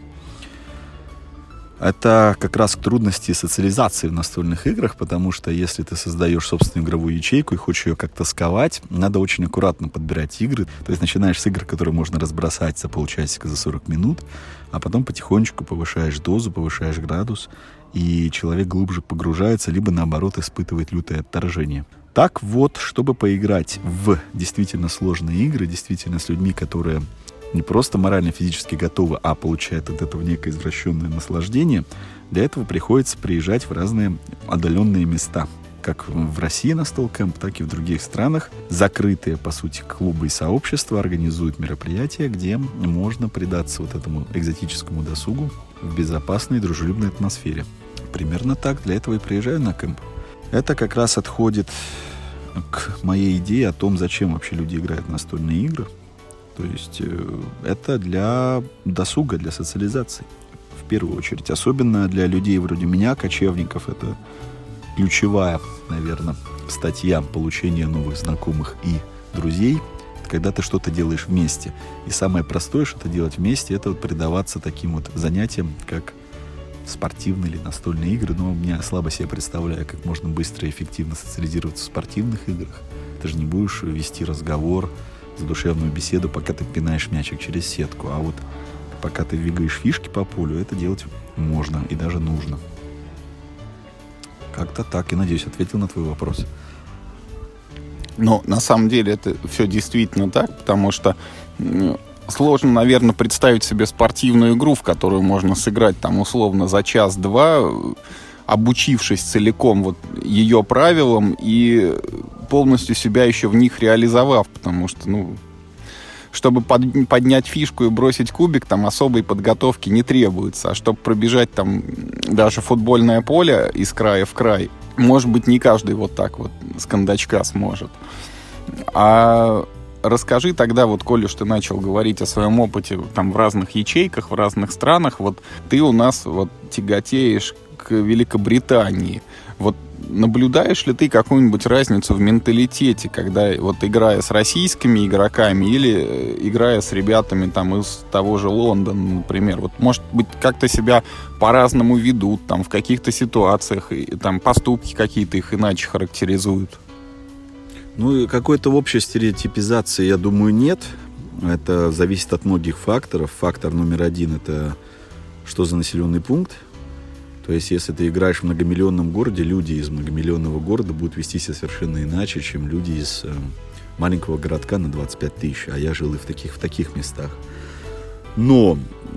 Это как раз к трудности социализации в настольных играх, потому что если ты создаешь собственную игровую ячейку и хочешь ее как-то сковать, надо очень аккуратно подбирать игры. То есть начинаешь с игр, которые можно разбросать за полчасика, за сорок минут, а потом потихонечку повышаешь дозу, повышаешь градус, и человек глубже погружается, либо наоборот испытывает лютое отторжение. Так вот, чтобы поиграть в действительно сложные игры, действительно с людьми, которые не просто морально-физически готовы, а получают от этого некое извращенное наслаждение, для этого приходится приезжать в разные отдаленные места. Как в России настол-кэмп, так и в других странах. Закрытые, по сути, клубы и сообщества организуют мероприятия, где можно предаться вот этому экзотическому досугу в безопасной и дружелюбной атмосфере. Примерно так для этого и приезжаю на кэмп. Это как раз отходит к моей идее о том, зачем вообще люди играют в настольные игры. То есть э, это для досуга, для социализации, в первую очередь. Особенно для людей вроде меня, кочевников, это ключевая, наверное, статья получения новых знакомых и друзей, когда ты что-то делаешь вместе. И самое простое, что-то делать вместе, это вот предаваться таким вот занятиям, как спортивные или настольные игры. Но я слабо себе представляю, как можно быстро и эффективно социализироваться в спортивных играх. Ты же не будешь вести разговор, задушевную беседу, пока ты пинаешь мячик через сетку. А вот пока ты двигаешь фишки по полю, это делать можно и даже нужно. Как-то так. И, надеюсь, ответил на твой вопрос. Но на самом деле это все действительно так, потому что сложно, наверное, представить себе спортивную игру, в которую можно сыграть там условно за час-два, обучившись целиком вот ее правилам и полностью себя еще в них реализовав, потому что, ну, чтобы под, поднять фишку и бросить кубик, там особой подготовки не требуется, а чтобы пробежать там даже футбольное поле из края в край, может быть, не каждый вот так вот с кондачка сможет. А расскажи тогда, вот, коль уж ты начал говорить о своем опыте там в разных ячейках, в разных странах, вот ты у нас вот тяготеешь к Великобритании. Вот наблюдаешь ли ты какую-нибудь разницу в менталитете, когда вот играя с российскими игроками или играя с ребятами там из того же Лондона, например, вот, может быть, как-то себя по-разному ведут, там, в каких-то ситуациях, и, там, поступки какие-то их иначе характеризуют? Ну, какой-то общей стереотипизации, я думаю, нет. Это зависит от многих факторов. Фактор номер один — это что за населенный пункт. То есть, если ты играешь в многомиллионном городе, люди из многомиллионного города будут вести себя совершенно иначе, чем люди из э, маленького городка на двадцать пять тысяч. А я жил и в таких, в таких местах. Но,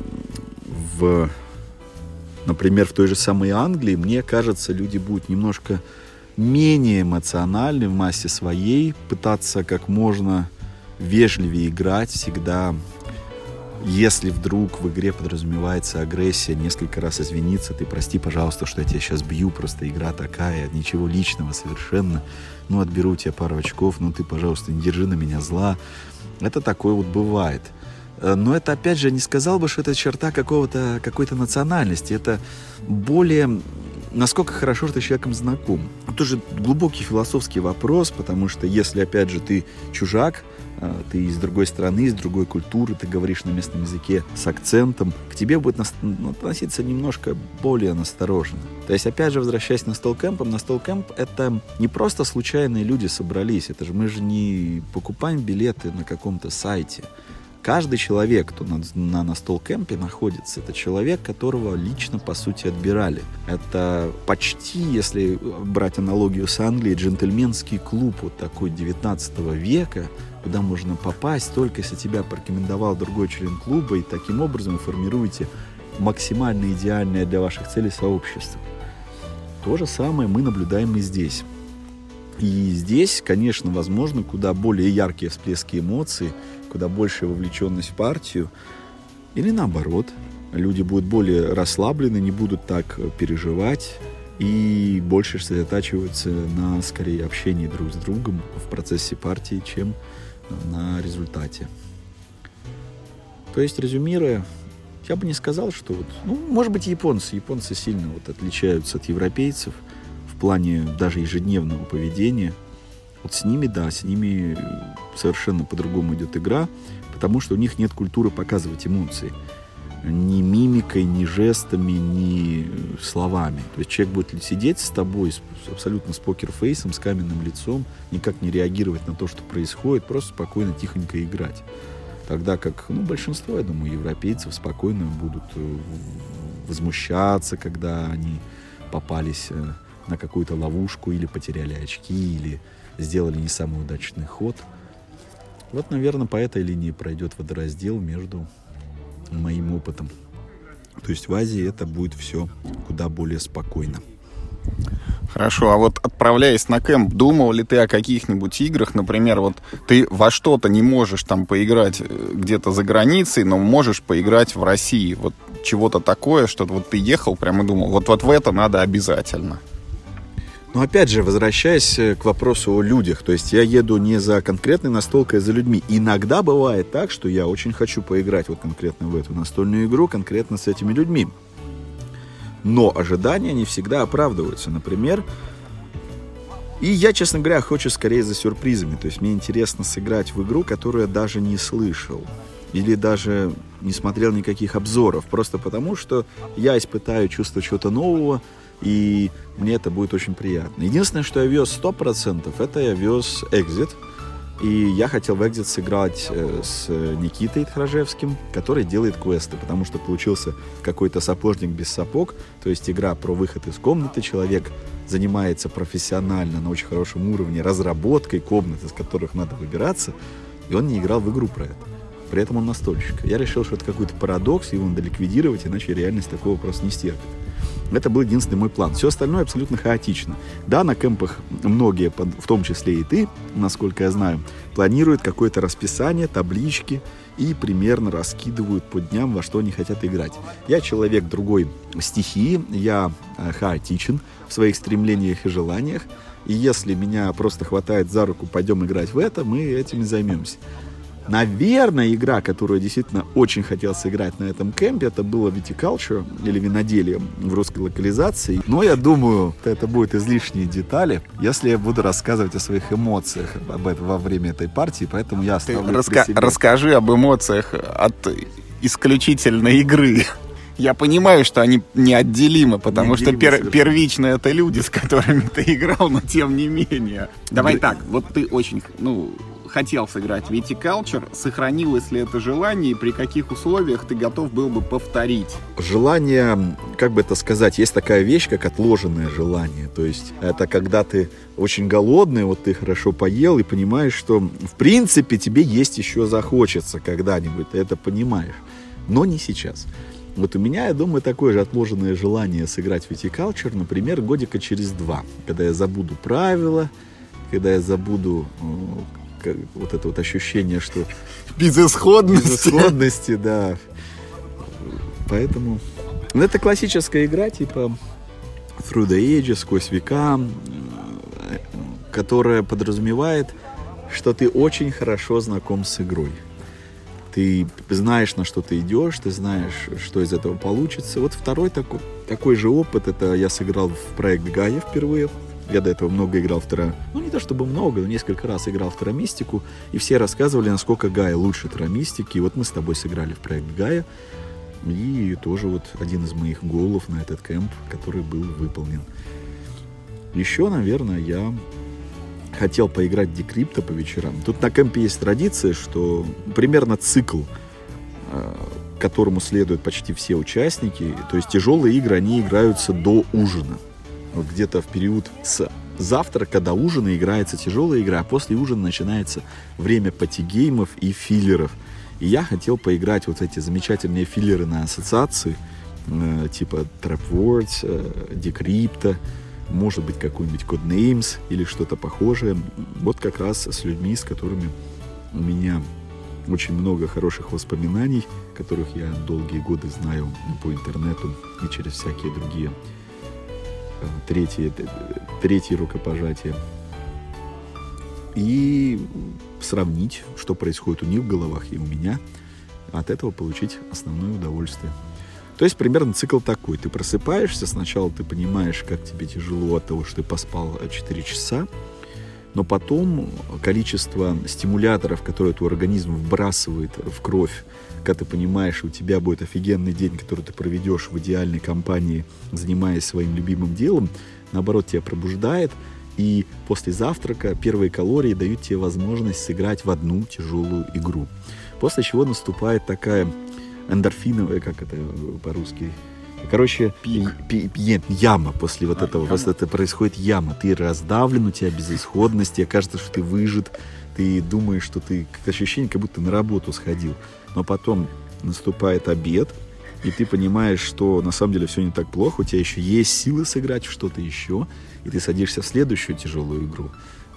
в, например, в той же самой Англии, мне кажется, люди будут немножко менее эмоциональны в массе своей, пытаться как можно вежливее играть всегда. Если вдруг в игре подразумевается агрессия, несколько раз извиниться: ты прости, пожалуйста, что я тебя сейчас бью, просто игра такая, ничего личного совершенно, ну, отберу у тебя пару очков, ну, ты, пожалуйста, не держи на меня зла. Это такое вот бывает. Но это, опять же, не сказал бы, что это черта какого-то, какой-то национальности, это более... Насколько хорошо, что ты с человеком знаком. Это тоже глубокий философский вопрос, потому что если, опять же, ты чужак, ты из другой страны, из другой культуры, ты говоришь на местном языке с акцентом, к тебе будет относиться немножко более настороженно. То есть, опять же, возвращаясь на столкэмп, на столкэмп это не просто случайные люди собрались, это же мы же не покупаем билеты на каком-то сайте. Каждый человек, кто на, на настол-кэмпе находится, это человек, которого лично, по сути, отбирали. Это почти, если брать аналогию с Англией, джентльменский клуб вот такой девятнадцатого века, куда можно попасть только если тебя порекомендовал другой член клуба, и таким образом вы формируете максимально идеальное для ваших целей сообщество. То же самое мы наблюдаем и здесь. И здесь, конечно, возможно, куда более яркие всплески эмоций, куда большая вовлеченность в партию, или наоборот, люди будут более расслаблены, не будут так переживать и больше сосредотачиваются на, скорее, общении друг с другом в процессе партии, чем на результате. То есть, резюмируя, я бы не сказал, что вот, ну, может быть, японцы, японцы сильно вот отличаются от европейцев в плане даже ежедневного поведения. Вот с ними, да, с ними совершенно по-другому идет игра, потому что у них нет культуры показывать эмоции. Ни мимикой, ни жестами, ни словами. То есть человек будет сидеть с тобой с, абсолютно с покерфейсом, с каменным лицом, никак не реагировать на то, что происходит, просто спокойно, тихонько играть. Тогда как, ну, большинство, я думаю, европейцев спокойно будут возмущаться, когда они попались на какую-то ловушку или потеряли очки, или сделали не самый удачный ход. Вот, наверное, по этой линии пройдет водораздел между моим опытом. То есть в Азии это будет все куда более спокойно. Хорошо, а вот отправляясь на кэмп, думал ли ты о каких-нибудь играх? Например, вот ты во что-то не можешь там поиграть где-то за границей, но можешь поиграть в России. Вот чего-то такое, что вот ты ехал прямо и думал, вот, вот в это надо обязательно. Но опять же, возвращаясь к вопросу о людях, то есть я еду не за конкретной настолкой, а за людьми. Иногда бывает так, что я очень хочу поиграть вот конкретно в эту настольную игру, конкретно с этими людьми. Но ожидания не всегда оправдываются. Например, и я, честно говоря, хочу скорее за сюрпризами. То есть мне интересно сыграть в игру, которую я даже не слышал. Или даже не смотрел никаких обзоров. Просто потому, что я испытаю чувство чего-то нового, и мне это будет очень приятно. Единственное, что я вез сто процентов, это я вез Exit. И я хотел в Exit сыграть с Никитой Тхражевским, который делает квесты, потому что получился какой-то сапожник без сапог, то есть игра про выход из комнаты. Человек занимается профессионально, на очень хорошем уровне, разработкой комнат, из которых надо выбираться, и он не играл в игру про это. При этом он настольщик. Я решил, что это какой-то парадокс, его надо ликвидировать, иначе реальность такого просто не стерпит. Это был единственный мой план. Все остальное абсолютно хаотично. Да, на кемпах многие, в том числе и ты, насколько я знаю, планируют какое-то расписание, таблички и примерно раскидывают по дням, во что они хотят играть. Я человек другой стихии, я хаотичен в своих стремлениях и желаниях, и если меня просто хватает за руку, пойдем играть в это, мы этим и займемся. Наверное, игра, которую я действительно очень хотел сыграть на этом кемпе, это было Viticulture или виноделие в русской локализации. Но я думаю, это будут излишние детали, если я буду рассказывать о своих эмоциях об этом во время этой партии, поэтому я оставлю Раска- при себе. Расскажи об эмоциях от исключительной игры. Я понимаю, что они неотделимы, потому Неотделимы что пер- совершенно. первично это люди, с которыми ты играл, но тем не менее. Давай так, вот ты очень, ну, хотел сыграть Viticulture, сохранилось ли это желание и при каких условиях ты готов был бы повторить? Желание, как бы это сказать, есть такая вещь, как отложенное желание. То есть это когда ты очень голодный, вот ты хорошо поел и понимаешь, что в принципе тебе есть еще захочется когда-нибудь, ты это понимаешь, но не сейчас. Вот у меня, я думаю, такое же отложенное желание сыграть Viticulture, например, годика через два, когда я забуду правила, когда я забуду э, как, вот это вот ощущение, что Безысходность. безысходности, да. Поэтому ну, это классическая игра, типа Through the Ages, сквозь века, э, которая подразумевает, что ты очень хорошо знаком с игрой. Ты знаешь, на что ты идешь, ты знаешь, что из этого получится. Вот второй такой, такой же опыт, это я сыграл в проект Гая впервые. Я до этого много играл в Терра... Ну, не то чтобы много, но несколько раз играл в Террамистику. И все рассказывали, насколько Гая лучше Террамистики. И вот мы с тобой сыграли в проект Гая. И тоже вот один из моих голов на этот кемп, который был выполнен. Еще, наверное, я хотел поиграть в Decrypto по вечерам. Тут на кемпе есть традиция, что примерно цикл, которому следуют почти все участники, то есть тяжелые игры, они играются до ужина. Вот где-то в период с завтрака до ужина играется тяжелая игра, а после ужина начинается время патигеймов и филлеров. И я хотел поиграть вот эти замечательные филлеры на ассоциации, э, типа Trap Words, э, Decrypto, может быть, какой-нибудь Codenames или что-то похожее. Вот как раз с людьми, с которыми у меня очень много хороших воспоминаний, которых я долгие годы знаю по интернету и через всякие другие третьи, третьи рукопожатия. И сравнить, что происходит у них в головах и у меня. От этого получить основное удовольствие. То есть примерно цикл такой. Ты просыпаешься, сначала ты понимаешь, как тебе тяжело от того, что ты поспал четыре часа, но потом количество стимуляторов, которые твой организм вбрасывает в кровь, когда ты понимаешь, что у тебя будет офигенный день, который ты проведешь в идеальной компании, занимаясь своим любимым делом, наоборот, тебя пробуждает, и после завтрака первые калории дают тебе возможность сыграть в одну тяжелую игру. После чего наступает такая эндорфиновая, как это по-русски, короче, Пик. Пи, пи, яма после вот а, этого, яма. после этого происходит яма, ты раздавлен, у тебя безысходность, тебе кажется, что ты выжат, ты думаешь, что ты, как ощущение, как будто на работу сходил, но потом наступает обед, и ты понимаешь, что на самом деле все не так плохо, у тебя еще есть силы сыграть в что-то еще, и ты садишься в следующую тяжелую игру.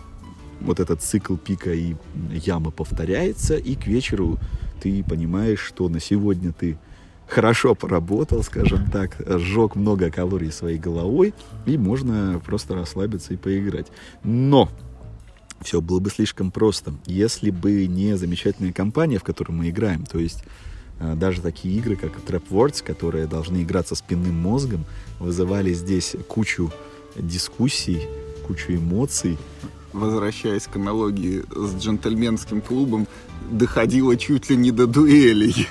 Вот этот цикл пика и ямы повторяется, и к вечеру ты понимаешь, что на сегодня ты хорошо поработал, скажем так, сжег много калорий своей головой, и можно просто расслабиться и поиграть. Но все было бы слишком просто, если бы не замечательная компания, в которой мы играем. То есть даже такие игры, как Trap Words, которые должны играться спинным мозгом, вызывали здесь кучу дискуссий, кучу эмоций. Возвращаясь к аналогии с джентльменским клубом, доходило чуть ли не до дуэлей.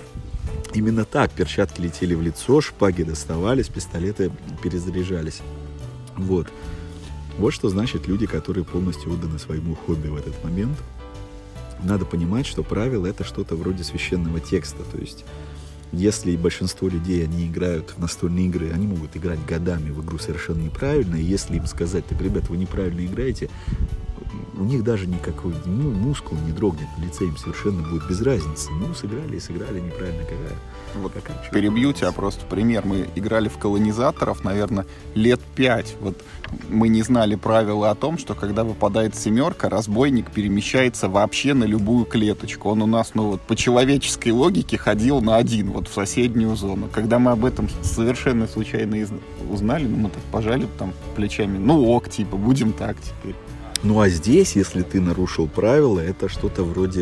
Именно так. Перчатки летели в лицо, шпаги доставались, пистолеты перезаряжались. Вот. Вот что значит люди, которые полностью отданы своему хобби в этот момент. Надо понимать, что правило — это что-то вроде священного текста. То есть, если большинство людей, они играют в настольные игры, они могут играть годами в игру совершенно неправильно, и если им сказать: так, ребята, вы неправильно играете, у них даже никакой ну, мускул не дрогнет на лице, им совершенно будет без разницы. Ну, сыграли и сыграли, неправильно какая. Вот перебью тебя просто пример. Мы играли в колонизаторов, наверное, лет пять. Вот мы не знали правила о том, что когда выпадает семерка, разбойник перемещается вообще на любую клеточку. Он у нас, ну вот, по человеческой логике ходил на один, вот в соседнюю зону. Когда мы об этом совершенно случайно узнали, ну, мы так пожали там плечами. Ну ок, типа, будем так теперь. Ну а здесь, если ты нарушил правила, это что-то вроде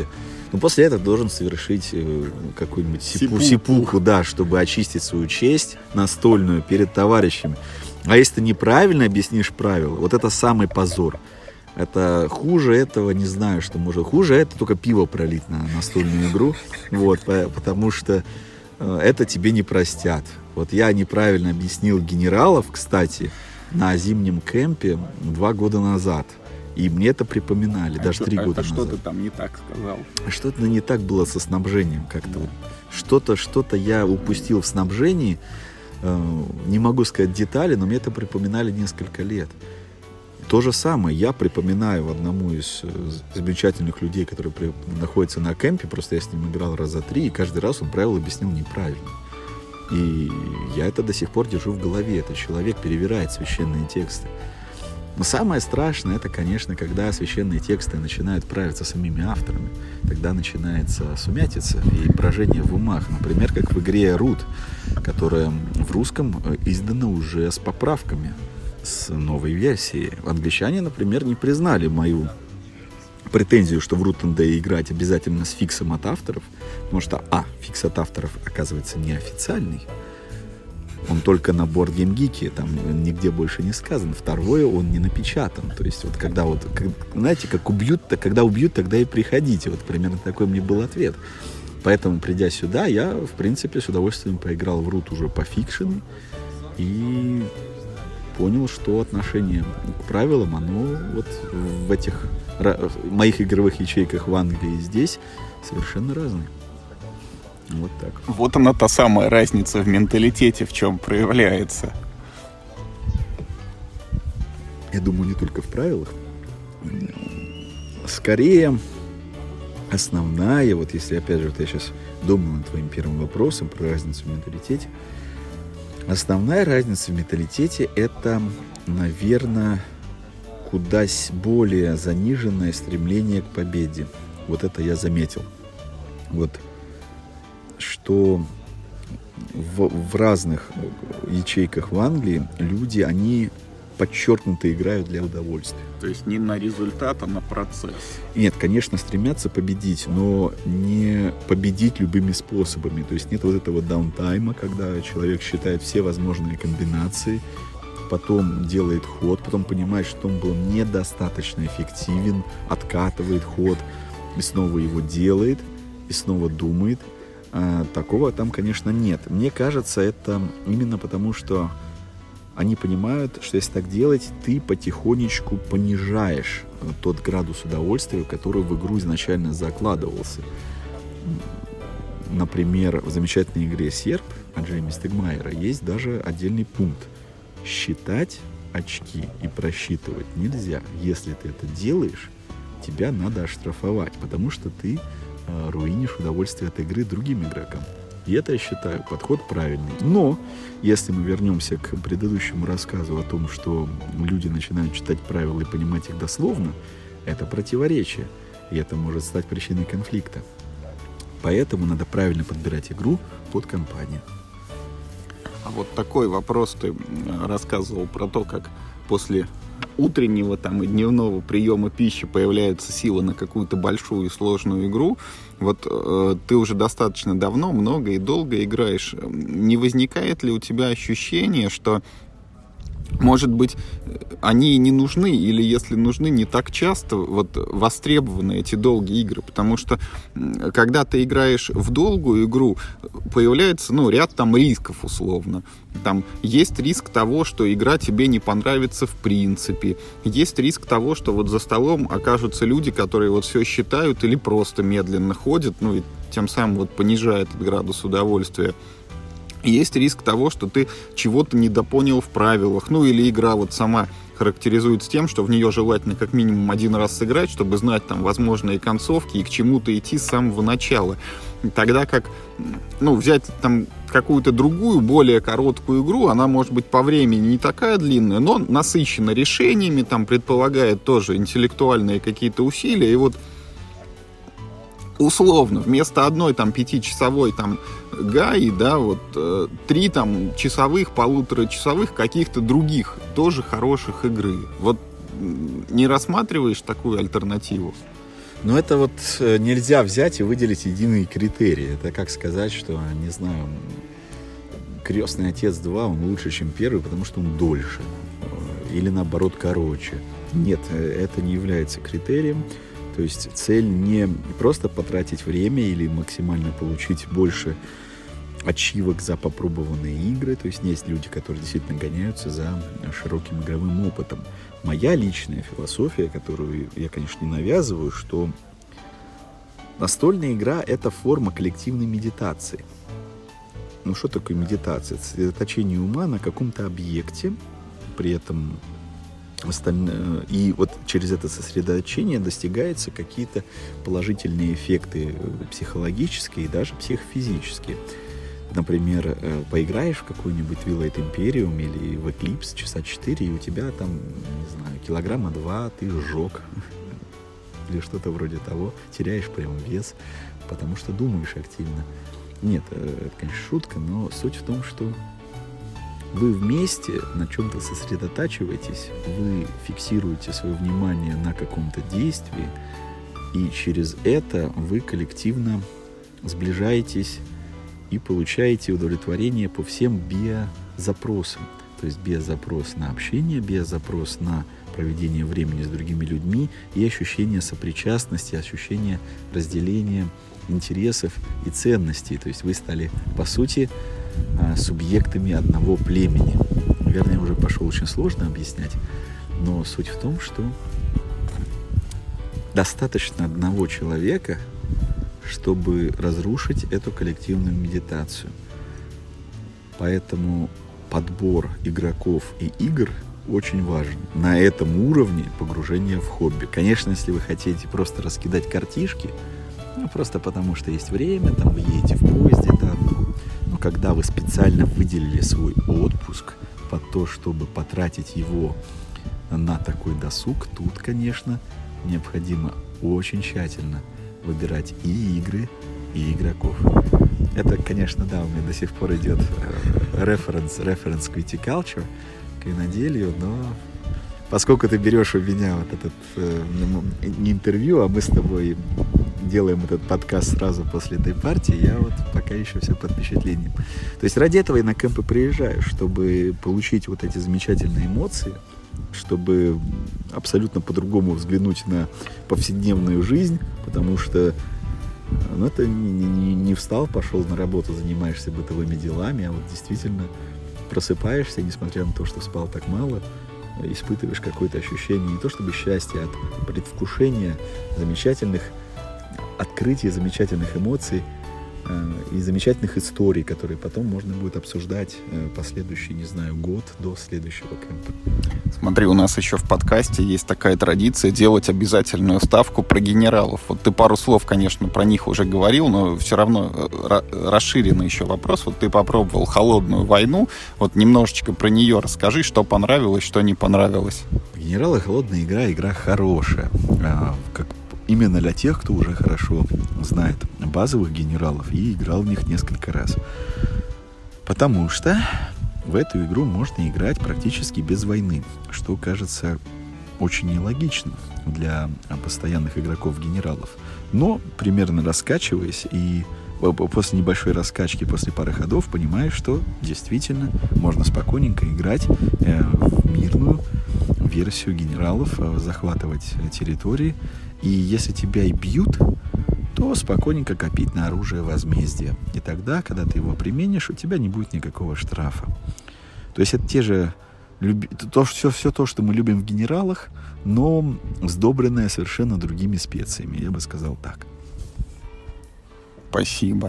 Но после этого должен совершить какую-нибудь сипу, Сипуху. сипуху, да, чтобы очистить свою честь настольную перед товарищами. А если ты неправильно объяснишь правила, вот это самый позор. Это хуже этого, не знаю, что может. Хуже это только пиво пролить на настольную игру. Вот, потому что это тебе не простят. Вот я неправильно объяснил генералов, кстати, на зимнем кемпе два года назад. И мне это припоминали, А даже три года что назад. ты там не так сказал? Что-то не так было со снабжением как-то. Вот. Что-то, что-то я упустил в снабжении. Э, не могу сказать детали, но мне это припоминали несколько лет. То же самое я припоминаю одному из замечательных людей, который при, находится на кемпе, просто я с ним играл раза три, и каждый раз он правила объяснил неправильно. И я это до сих пор держу в голове. Этот человек перевирает священные тексты. Но самое страшное, это, конечно, когда священные тексты начинают правиться самими авторами. Тогда начинается сумятица и брожение в умах. Например, как в игре Рут, которая в русском издана уже с поправками, с новой версией. Англичане, например, не признали мою претензию, что в Root энд Day играть обязательно с фиксом от авторов, потому что, а, фикс от авторов, оказывается, неофициальный. Он только на Board Game Geek, там нигде больше не сказан. Второе, он не напечатан. То есть, вот когда вот, как, знаете, как убьют, то когда убьют, тогда и приходите. Вот примерно такой мне был ответ. Поэтому, придя сюда, я, в принципе, с удовольствием поиграл в Root уже по фикшену и понял, что отношение к правилам, оно вот в этих в моих игровых ячейках в Англии и здесь совершенно разное. Вот так. Вот она та самая разница в менталитете, в чем проявляется. Я думаю, не только в правилах. Скорее, основная, вот если опять же, вот я сейчас думаю над твоим первым вопросом про разницу в менталитете, основная разница в менталитете это, наверное, куда более заниженное стремление к победе. Вот это я заметил. Вот что в, в разных ячейках в Англии люди, они подчеркнуто играют для удовольствия. То есть не на результат, а на процесс. Нет, конечно, стремятся победить, но не победить любыми способами. То есть нет вот этого даунтайма, когда человек считает все возможные комбинации, потом делает ход, потом понимает, что он был недостаточно эффективен, откатывает ход, и снова его делает, и снова думает. А, такого там, конечно, нет. Мне кажется, это именно потому, что они понимают, что если так делать, ты потихонечку понижаешь тот градус удовольствия, который в игру изначально закладывался. Например, в замечательной игре «Серп» от Джейми Стегмайера есть даже отдельный пункт. Считать очки и просчитывать нельзя. Если ты это делаешь, тебя надо оштрафовать, потому что ты э, руинишь удовольствие от игры другим игрокам. И это, я считаю, подход правильный. Но, если мы вернемся к предыдущему рассказу о том, что люди начинают читать правила и понимать их дословно, это противоречие, и это может стать причиной конфликта. Поэтому надо правильно подбирать игру под компанию. А вот такой вопрос ты рассказывал про то, как после утреннего там и дневного приема пищи появляется сила на какую-то большую и сложную игру. Вот э, ты уже достаточно давно, много и долго играешь. Не возникает ли у тебя ощущение, что, может быть, они и не нужны, или если нужны, не так часто вот востребованы эти долгие игры? Потому что, когда ты играешь в долгую игру, появляется, ну, ряд там рисков, условно. Там есть риск того, что игра тебе не понравится в принципе. Есть риск того, что вот за столом окажутся люди, которые вот все считают или просто медленно ходят, ну, и тем самым вот понижает этот градус удовольствия. Есть риск того, что ты чего-то недопонял в правилах. Ну, или игра вот сама характеризуется тем, что в нее желательно как минимум один раз сыграть, чтобы знать там возможные концовки и к чему-то идти с самого начала. Тогда как, ну, взять там какую-то другую, более короткую игру, она может быть по времени не такая длинная, но насыщена решениями, там предполагает тоже интеллектуальные какие-то усилия. И вот условно, вместо одной там пятичасовой там гаи, да, вот э, три там часовых, полуторачасовых каких-то других, тоже хороших игры. Вот не рассматриваешь такую альтернативу? Но это вот нельзя взять и выделить единые критерии. Это как сказать, что, не знаю, «Крестный отец два», он лучше, чем первый, потому что он дольше. Или наоборот, короче. Нет, это не является критерием. То есть цель не просто потратить время или максимально получить больше ачивок за попробованные игры. То есть есть люди, которые действительно гоняются за широким игровым опытом. Моя личная философия, которую я, конечно, не навязываю, что настольная игра — это форма коллективной медитации. Ну, что такое медитация? Это сосредоточение ума на каком-то объекте, при этом остальное... и вот через это сосредоточение достигаются какие-то положительные эффекты психологические и даже психофизические. Например, поиграешь в какой-нибудь Twilight Imperium или в Eclipse часа четыре, и у тебя там, не знаю, килограмма два ты сжег или что-то вроде того, теряешь прям вес, потому что думаешь активно. Нет, это, конечно, шутка, но суть в том, что вы вместе на чем-то сосредотачиваетесь, вы фиксируете свое внимание на каком-то действии, и через это вы коллективно сближаетесь и получаете удовлетворение по всем биозапросам. То есть биозапрос на общение, биозапрос на проведение времени с другими людьми и ощущение сопричастности, ощущение разделения интересов и ценностей. То есть вы стали, по сути, субъектами одного племени. Наверное, я уже пошел очень сложно объяснять, но суть в том, что достаточно одного человека, чтобы разрушить эту коллективную медитацию. Поэтому подбор игроков и игр очень важен. На этом уровне погружения в хобби. Конечно, если вы хотите просто раскидать картишки, ну, просто потому что есть время, там вы едете в поезде, там, но когда вы специально выделили свой отпуск под то, чтобы потратить его на такой досуг, тут, конечно, необходимо очень тщательно выбирать и игры, и игроков. Это, конечно, да, у меня до сих пор идет референс, референс к витикалчер, к виноделию, но поскольку ты берешь у меня вот этот, э, не интервью, а мы с тобой делаем этот подкаст сразу после этой партии, я вот пока еще все под впечатлением. То есть ради этого я на кемпы приезжаю, чтобы получить вот эти замечательные эмоции, чтобы абсолютно по-другому взглянуть на повседневную жизнь, потому что ну, это не, не, не встал, пошел на работу, занимаешься бытовыми делами, а вот действительно просыпаешься, несмотря на то, что спал так мало, испытываешь какое-то ощущение не то чтобы счастья, а от предвкушения замечательных открытий, замечательных эмоций э, и замечательных историй, которые потом можно будет обсуждать э, последующий, не знаю, год до следующего кемпа. Смотри, у нас еще в подкасте есть такая традиция делать обязательную ставку про генералов. Вот ты пару слов, конечно, про них уже говорил, но все равно расширенный еще вопрос. Вот ты попробовал «Холодную войну», вот немножечко про нее расскажи, что понравилось, что не понравилось. «Генералы» — холодная игра, игра хорошая. А, как именно для тех, кто уже хорошо знает базовых генералов и играл в них несколько раз. Потому что в эту игру можно играть практически без войны, что кажется очень нелогичным для постоянных игроков-генералов. Но, примерно раскачиваясь и после небольшой раскачки, после пары ходов, понимаешь, что действительно можно спокойненько играть в мирную версию генералов, захватывать территории. И если тебя и бьют, то спокойненько копить на оружие возмездия. И тогда, когда ты его применишь, у тебя не будет никакого штрафа. То есть это те же люби... то, все, все то, что мы любим в генералах, но сдобренное совершенно другими специями, я бы сказал так. Спасибо.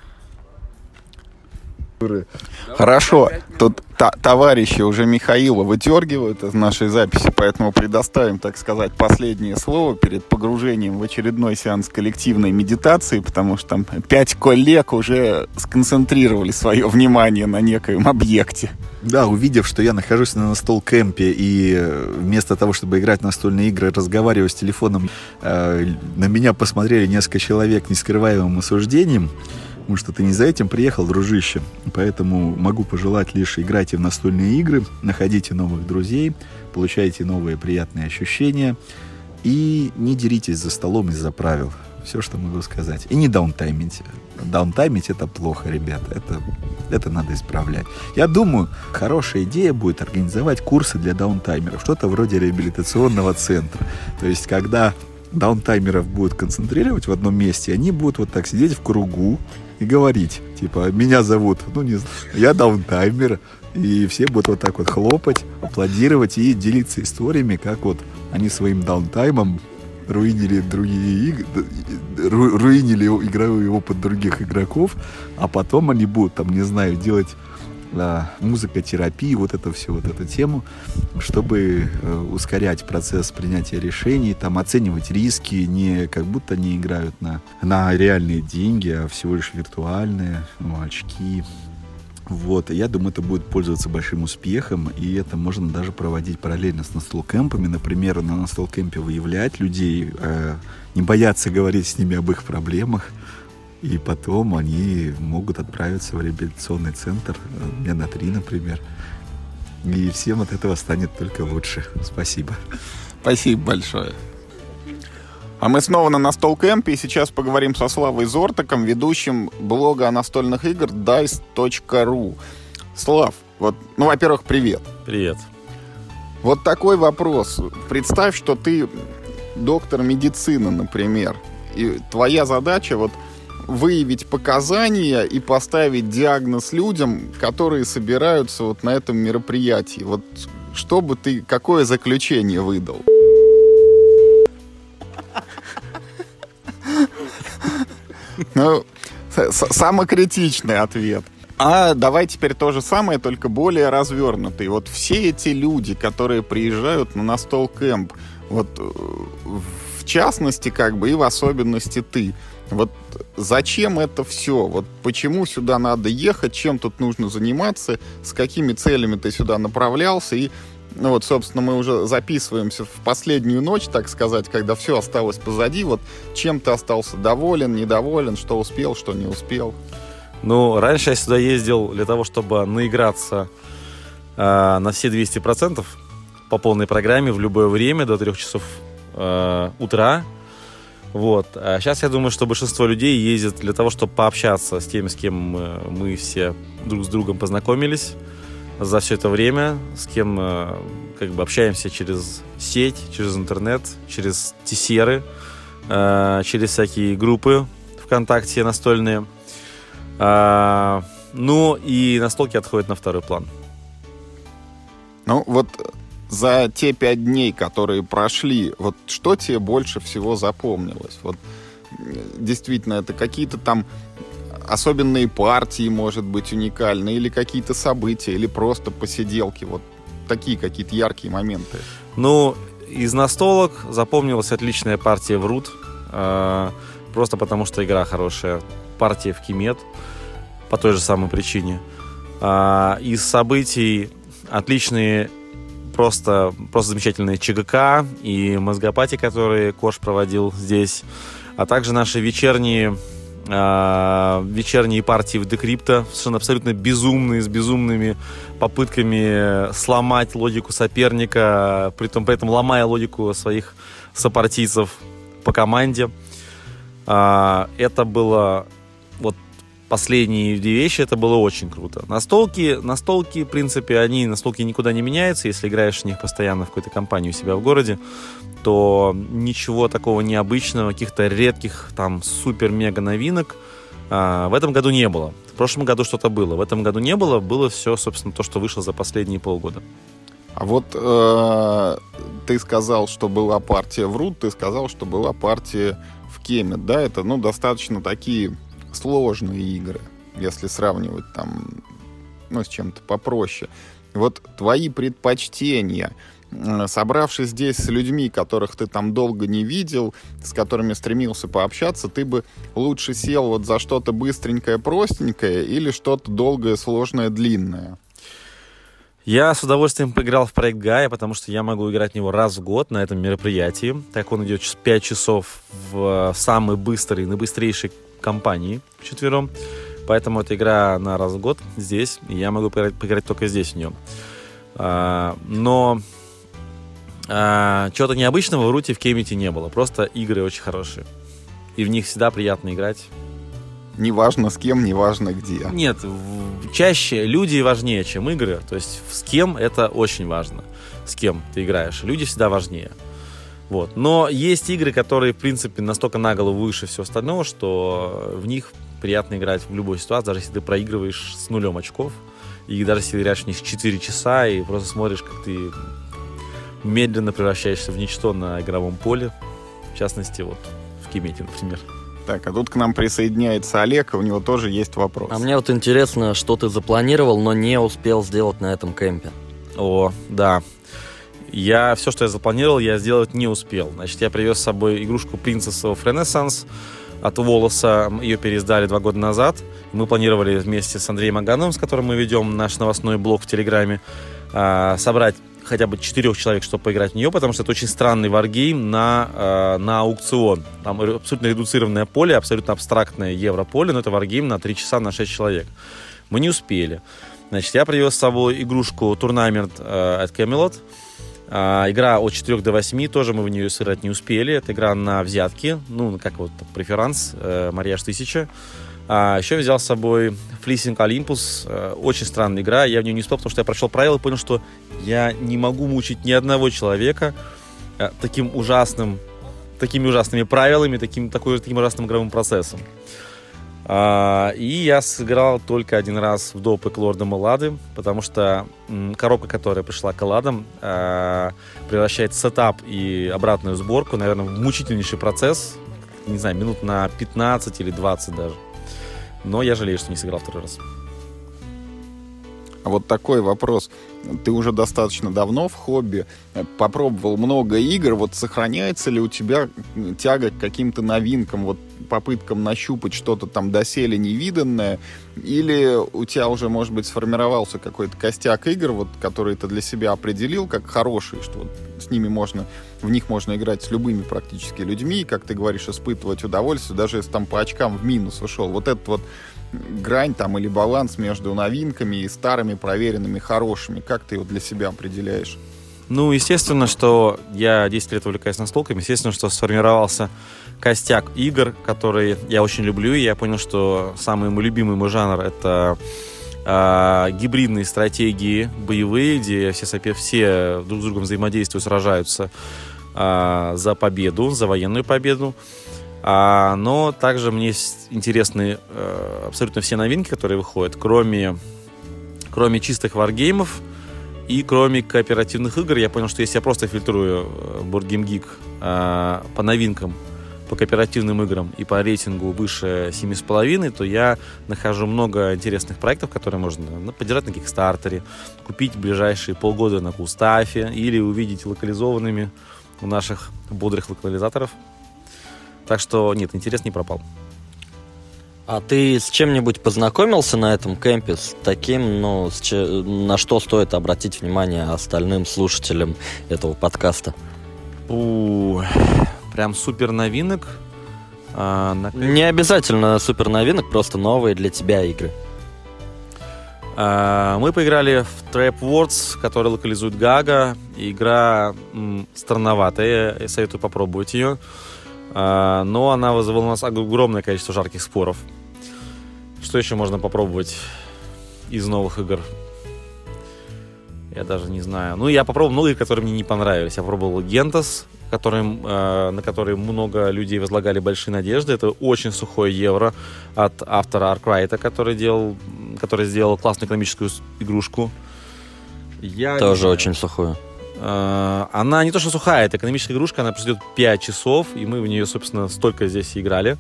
Хорошо, тут та- товарищи уже Михаила выдергивают из нашей записи, поэтому предоставим, так сказать, последнее слово перед погружением в очередной сеанс коллективной медитации, потому что там пять коллег уже сконцентрировали свое внимание на некоем объекте. Да, увидев, что я нахожусь на настол-кемпе и вместо того, чтобы играть в настольные игры, разговариваю с телефоном, э, на меня посмотрели несколько человек с нескрываемым осуждением. Потому что ты не за этим приехал, дружище. Поэтому могу пожелать лишь: играйте в настольные игры, находите новых друзей, получайте новые приятные ощущения, И не деритесь за столом из-за правил. Все, что могу сказать. И не даунтаймите. Даунтаймить — это плохо, ребята. Это, это надо исправлять. Я думаю, хорошая идея будет организовать курсы для даунтаймеров. Что-то вроде реабилитационного центра. То есть, когда даунтаймеров будут концентрировать в одном месте, они будут вот так сидеть в кругу и говорить, типа, меня зовут, ну, не знаю, я даунтаймер. И все будут вот так вот хлопать, аплодировать и делиться историями, как вот они своим даунтаймом руинили другие игры, ру, руинили игровой опыт других игроков, а потом они будут, там, не знаю, делать а, музыкотерапию, вот это все, вот эту тему, чтобы а, ускорять процесс принятия решений, там, оценивать риски, не как будто они играют на, на реальные деньги, а всего лишь виртуальные, ну, очки. Вот, и я думаю, это будет пользоваться большим успехом, и это можно даже проводить параллельно с настол-кэмпами. Например, на настол-кэмпе выявлять людей, э, не бояться говорить с ними об их проблемах, и потом они могут отправиться в реабилитационный центр, дня на три, например, и всем от этого станет только лучше. Спасибо. Спасибо большое. А мы снова на настол-кэмпе, и сейчас поговорим со Славой Зортаком, ведущим блога о настольных игр дайс точка ру. Слав, вот, ну, во-первых, привет. Привет. Вот такой вопрос. Представь, что ты доктор медицины, например, и твоя задача вот выявить показания и поставить диагноз людям, которые собираются вот на этом мероприятии. Вот что бы ты, какое заключение выдал? Ну, самокритичный ответ. А давай теперь то же самое, только более развернутый. Вот все эти люди, которые приезжают на настол-кэмп, вот в частности, как бы, и в особенности ты. Вот зачем это все? Вот почему сюда надо ехать, чем тут нужно заниматься, с какими целями ты сюда направлялся? И, ну вот, собственно, мы уже записываемся в последнюю ночь, так сказать, когда все осталось позади. Вот чем ты остался доволен, недоволен, что успел, что не успел? Ну, раньше я сюда ездил для того, чтобы наиграться э, на все двести процентов по полной программе в любое время до трех часов э, утра. Вот. А сейчас я думаю, что большинство людей ездит для того, чтобы пообщаться с теми, с кем мы все друг с другом познакомились за все это время, с кем э, как бы общаемся через сеть, через интернет, через тесеры, э, через всякие группы ВКонтакте настольные. А, ну и настолки отходят на второй план. Ну вот за те пять дней, которые прошли, вот что тебе больше всего запомнилось? Вот действительно, это какие-то там особенные партии, может быть, уникальные, или какие-то события, или просто посиделки, вот такие какие-то яркие моменты? Ну, из настолок запомнилась отличная партия в Рут, э, просто потому что игра хорошая. Партия в Кимет по той же самой причине. А, из событий отличные, просто, просто замечательные ЧГК и мозгопати, которые Кош проводил здесь, а также наши вечерние, а, вечерние партии в Декрипто, совершенно абсолютно безумные, с безумными попытками сломать логику соперника, при том, при этом ломая логику своих сопартийцев по команде. А, это было вот последние две вещи, это было очень круто. Настолки, настолки, в принципе, они, настолки никуда не меняются. Если играешь в них постоянно в какой-то компании у себя в городе, то ничего такого необычного, каких-то редких там супер-мега новинок а, в этом году не было. В прошлом году что-то было, в этом году не было. Было все, собственно, то, что вышло за последние полгода. А вот э, ты сказал, что была партия в Рут, ты сказал, что была партия в Кемет, да? Это, ну, достаточно такие сложные игры, если сравнивать там, ну, с чем-то попроще. Вот твои предпочтения, собравшись здесь с людьми, которых ты там долго не видел, с которыми стремился пообщаться, ты бы лучше сел вот за что-то быстренькое, простенькое или что-то долгое, сложное, длинное? Я с удовольствием поиграл в проект Гая, потому что я могу играть в него раз в год на этом мероприятии. Так он идет пять часов в самой быстрой, наибыстрейшей компании вчетвером. Поэтому эта игра на раз в год здесь, и я могу поиграть, поиграть только здесь в нее. А, но А, чего-то необычного в Руте, в Кемете не было. Просто игры очень хорошие. И в них всегда приятно играть. Неважно с кем, неважно где. Нет, в- чаще люди важнее, чем игры. То есть с кем это очень важно. С кем ты играешь. Люди всегда важнее. Вот. Но есть игры, которые, в принципе, настолько на голову выше всего остального, что в них приятно играть в любой ситуации, даже если ты проигрываешь с нулем очков. И даже если ты играешь в них четыре часа и просто смотришь, как ты медленно превращаешься в ничто на игровом поле. В частности, вот в Кемете, например. Так, а тут к нам присоединяется Олег, и у него тоже есть вопрос. А мне вот интересно, что ты запланировал, но не успел сделать на этом кемпе. О, да. Я все, что я запланировал, я сделать не успел. Значит, я привез с собой игрушку Princess of Renaissance от Волоса. Ее переиздали два года назад. Мы планировали вместе с Андреем Агановым, с которым мы ведем наш новостной блог в Телеграме, собрать хотя бы четырех человек, чтобы поиграть в нее, потому что это очень странный варгейм на, на аукцион. Там абсолютно редуцированное поле, абсолютно абстрактное европоле, но это варгейм на три часа на шесть человек. Мы не успели. Значит, я привез с собой игрушку Tournament от Camelot. Игра от четырёх до восьми, тоже мы в нее сыграть не успели. Это игра на взятки, ну, как вот преферанс, Марьяж тысяча. А еще взял с собой Fleecing Olympus. Очень странная игра. Я в нее не успел, потому что я прошел правила и понял, что я не могу мучить ни одного человека таким ужасным, такими ужасными правилами, таким, такой, таким ужасным игровым процессом. А, и я сыграл только один раз в допы к лордам Эллады, потому что м, коробка, которая пришла к Элладам, а, превращает сетап и обратную сборку, наверное, в мучительнейший процесс. Не знаю, минут на пятнадцать или двадцать даже. Но я жалею, что не сыграл второй раз. А вот такой вопрос. Ты уже достаточно давно в хобби, попробовал много игр. Вот сохраняется ли у тебя тяга к каким-то новинкам, вот попыткам нащупать что-то там доселе невиданное? Или у тебя уже, может быть, сформировался какой-то костяк игр, вот, которые ты для себя определил как хорошие, что вот с ними можно, в них можно играть с любыми практически людьми, и, как ты говоришь, испытывать удовольствие, даже если там по очкам в минус ушел. Вот этот вот грань там или баланс между новинками и старыми, проверенными, хорошими. Как ты его для себя определяешь? Ну, естественно, что я десять лет увлекаюсь настолками. Естественно, что сформировался костяк игр, которые я очень люблю. И я понял, что самый мой любимый мой жанр — это э, гибридные стратегии боевые, где все, сопе- все друг с другом взаимодействуют, сражаются э, за победу, за военную победу. А, но также мне интересны э, абсолютно все новинки, которые выходят, кроме, кроме чистых варгеймов и кроме кооперативных игр. Я понял, что если я просто фильтрую Board Game Geek э, по новинкам, по кооперативным играм и по рейтингу выше семь с половиной, то я нахожу много интересных проектов, которые можно ну, поддержать на Кикстартере, купить в ближайшие полгода на Кулстафе или увидеть локализованными у наших бодрых локализаторов. Так что, нет, интерес не пропал. А ты с чем-нибудь познакомился на этом кемпе, с таким, ну, с че... на что стоит обратить внимание остальным слушателям этого подкаста? У, прям супер новинок. А, на... Не обязательно супер новинок, просто новые для тебя игры. А, мы поиграли в Trap Words, который локализует Гага. Игра м, странноватая, я советую попробовать ее. Uh, но она вызвала у нас огромное количество жарких споров. Что еще можно попробовать из новых игр? Я даже не знаю. Ну, я попробовал много игр, которые мне не понравились. Я попробовал Гентас, которым, uh, на который много людей возлагали большие надежды. Это очень сухой евро от автора Аркрайта, который, делал, который сделал классную экономическую игрушку. Я Тоже очень сухую. Она не то что сухая, это экономическая игрушка, она пройдет пять часов, и мы в нее, собственно, столько здесь и играли.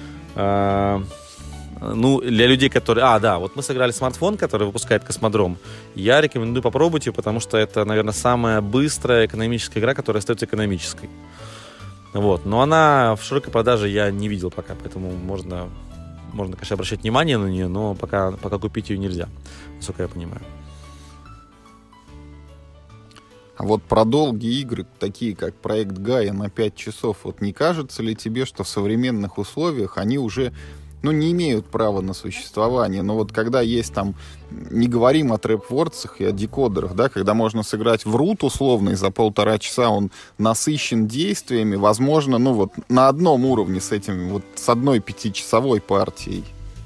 Ну, для людей, которые... А, да, вот мы сыграли смартфон, который выпускает Космодром. Я рекомендую попробовать ее, потому что это, наверное, самая быстрая экономическая игра, которая остается экономической. Вот. Но она в широкой продаже я не видел пока, поэтому можно, можно, конечно, обращать внимание на нее, но пока, пока купить ее нельзя, насколько я понимаю. А вот про долгие игры, такие как проект Гая на пять часов, вот не кажется ли тебе, что в современных условиях они уже ну, не имеют права на существование. Но вот когда есть там, не говорим о трэп-вордсах и о декодерах, да, когда можно сыграть в рут условный за полтора часа, он насыщен действиями, возможно, ну, вот на одном уровне с этим, вот с одной пятичасовой партией.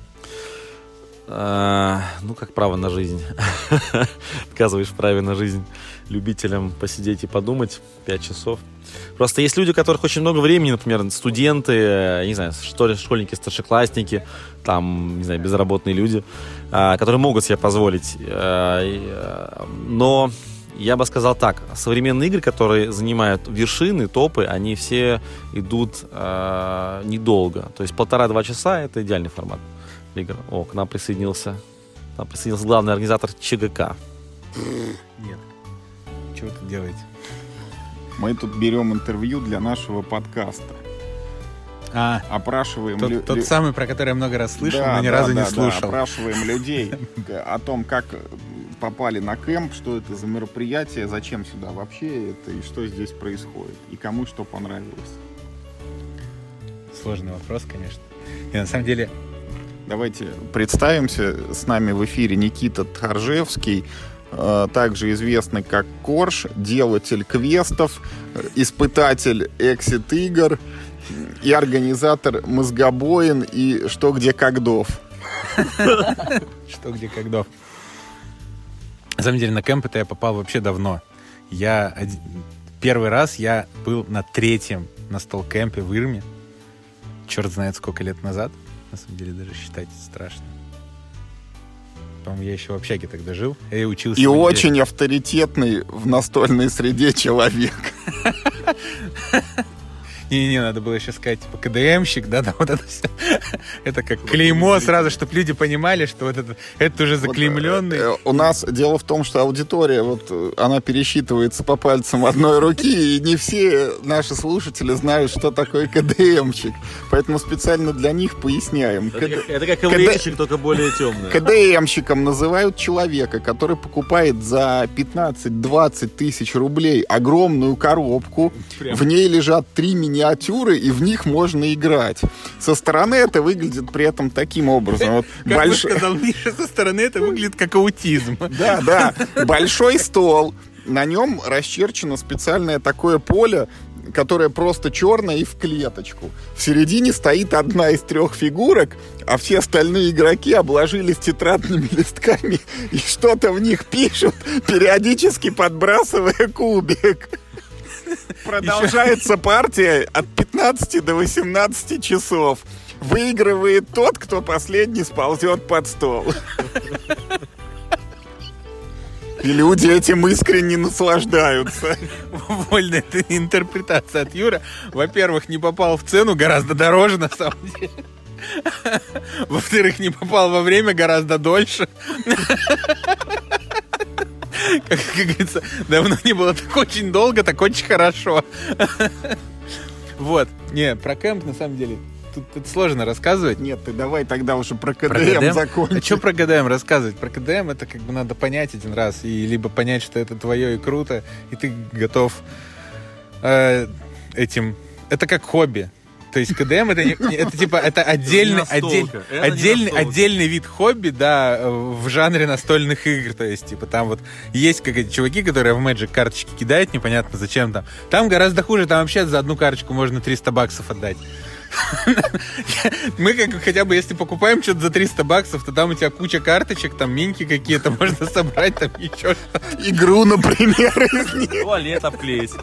А, ну, как право на жизнь. Отказываешь в праве на жизнь любителям посидеть и подумать пять часов. Просто есть люди, у которых очень много времени, например, студенты, не знаю, школьники, старшеклассники, там, не знаю, безработные люди, которые могут себе позволить. Но я бы сказал так, современные игры, которые занимают вершины, топы, они все идут недолго. То есть полтора-два часа — это идеальный формат игр. О, к нам присоединился, к нам присоединился главный организатор ЧГК. Нет. Что вы тут делаете? Мы тут берем интервью для нашего подкаста. А, опрашиваем тот, лю- тот лю- самый, про который я много раз слышал, да, но ни да, разу да, не да, слушал. Опрашиваем людей о том, как попали на кемп, что это за мероприятие, зачем сюда вообще это и что здесь происходит, и кому что понравилось. Сложный вопрос, конечно. И на самом деле... Давайте представимся. С нами в эфире Никита Тхаржевский, также известный как Корж, делатель квестов, испытатель эксит-игр и организатор мозгобоин и что, где, когдов. Что, где, когдов. На самом деле на кемп-то я попал вообще давно. Я один... Первый раз я был на третьем настол кемпе в Ирме. Черт знает сколько лет назад. На самом деле даже считать страшно. По-моему, я еще в общаге тогда жил. Я учился. И очень авторитетный в настольной среде человек. Не-не, надо было еще сказать, типа, КДМщик, да, да, вот это все. Это как клеймо сразу, чтобы люди понимали, что вот это, это уже заклеймленный. Вот, э, у нас дело в том, что аудитория, вот, она пересчитывается по пальцам одной руки, и не все наши слушатели знают, что такое КДМщик. Поэтому специально для них поясняем. Это, КД... как, это как КВНщик, только более темный. КДМщиком называют человека, который покупает за пятнадцать-двадцать тысяч рублей огромную коробку. Прям. В ней лежат три мини миниатюры, и в них можно играть. Со стороны это выглядит при этом таким образом. Вот как больш... бы сказал Миша, со стороны это выглядит как аутизм. Да, да. Большой стол. На нем расчерчено специальное такое поле, которое просто черное и в клеточку. В середине стоит одна из трех фигурок, а все остальные игроки обложились тетрадными листками и что-то в них пишут, периодически подбрасывая кубик. Продолжается партия от пятнадцати до восемнадцати часов. Выигрывает тот, кто последний сползет под стол. И люди этим искренне наслаждаются. Вольная это интерпретация от Юры. Во-первых, не попал в цену, гораздо дороже на самом деле. Во-вторых, не попал во время, гораздо дольше. Как, как говорится, давно не было так очень долго, так очень хорошо. Вот. Не, про кемп, на самом деле, тут, тут сложно рассказывать. Нет, ты давай тогда уже про КДМ, про КДМ? закончим. А что про КДМ рассказывать? Про КДМ это как бы надо понять один раз, и либо понять, что это твое и круто, и ты готов э, этим... Это как хобби. То есть КДМ это, не, это типа это отдельный, отдель, это отдельный, отдельный вид хобби, да, в жанре настольных игр. То есть, типа, там вот есть какие-то чуваки, которые в Magic карточки кидают, непонятно зачем там. Там гораздо хуже, там вообще за одну карточку можно триста баксов отдать. Мы как хотя бы, если покупаем что-то за триста баксов, то там у тебя куча карточек, там минки какие-то можно собрать, там еще что-то. Игру, например, из них. Туалет обклеить.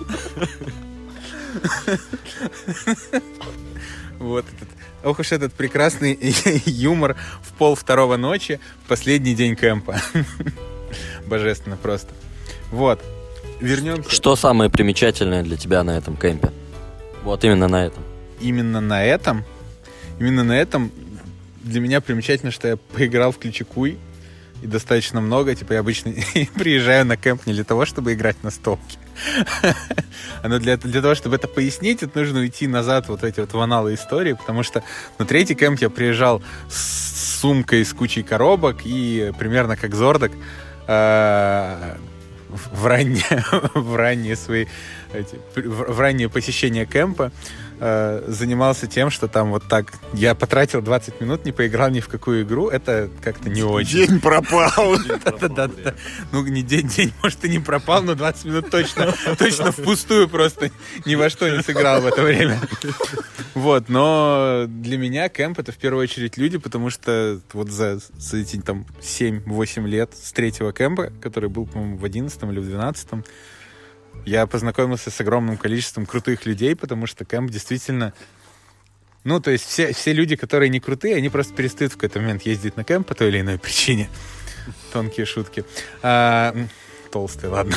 Вот этот, ох уж этот прекрасный юмор в пол второго ночи, в последний день кемпа. Божественно просто. Вот, вернемся. Что самое примечательное для тебя на этом кемпе? Вот именно на этом. Именно на этом? Именно на этом для меня примечательно, что я поиграл в Ключикуй. И достаточно много. Типа я обычно приезжаю на кемп не для того, чтобы играть на столке. Но для, для того, чтобы это пояснить, это нужно уйти назад вот в эти вот в аналы истории, потому что на третий кемп я приезжал с сумкой, с кучей коробок и примерно как Зордок э, в ранние, в ранние свои эти, в раннее посещение кемпа э, занимался тем, что там вот так я потратил двадцать минут, не поиграл ни в какую игру, это как-то не очень. День пропал. Да-да-да. Ну, не день, день, может, и не пропал, но двадцать минут точно, точно впустую просто ни во что не сыграл в это время. Вот, но для меня кэмп — это в первую очередь люди, потому что вот за, за эти там семь-восемь лет с третьего кэмпа, который был, по-моему, в одиннадцатом или в двенадцатом, я познакомился с огромным количеством крутых людей, потому что кэмп действительно... Ну, то есть все, все люди, которые не крутые, они просто перестают в какой-то момент ездить на кэмп по той или иной причине. Тонкие шутки. А, толстые, ладно.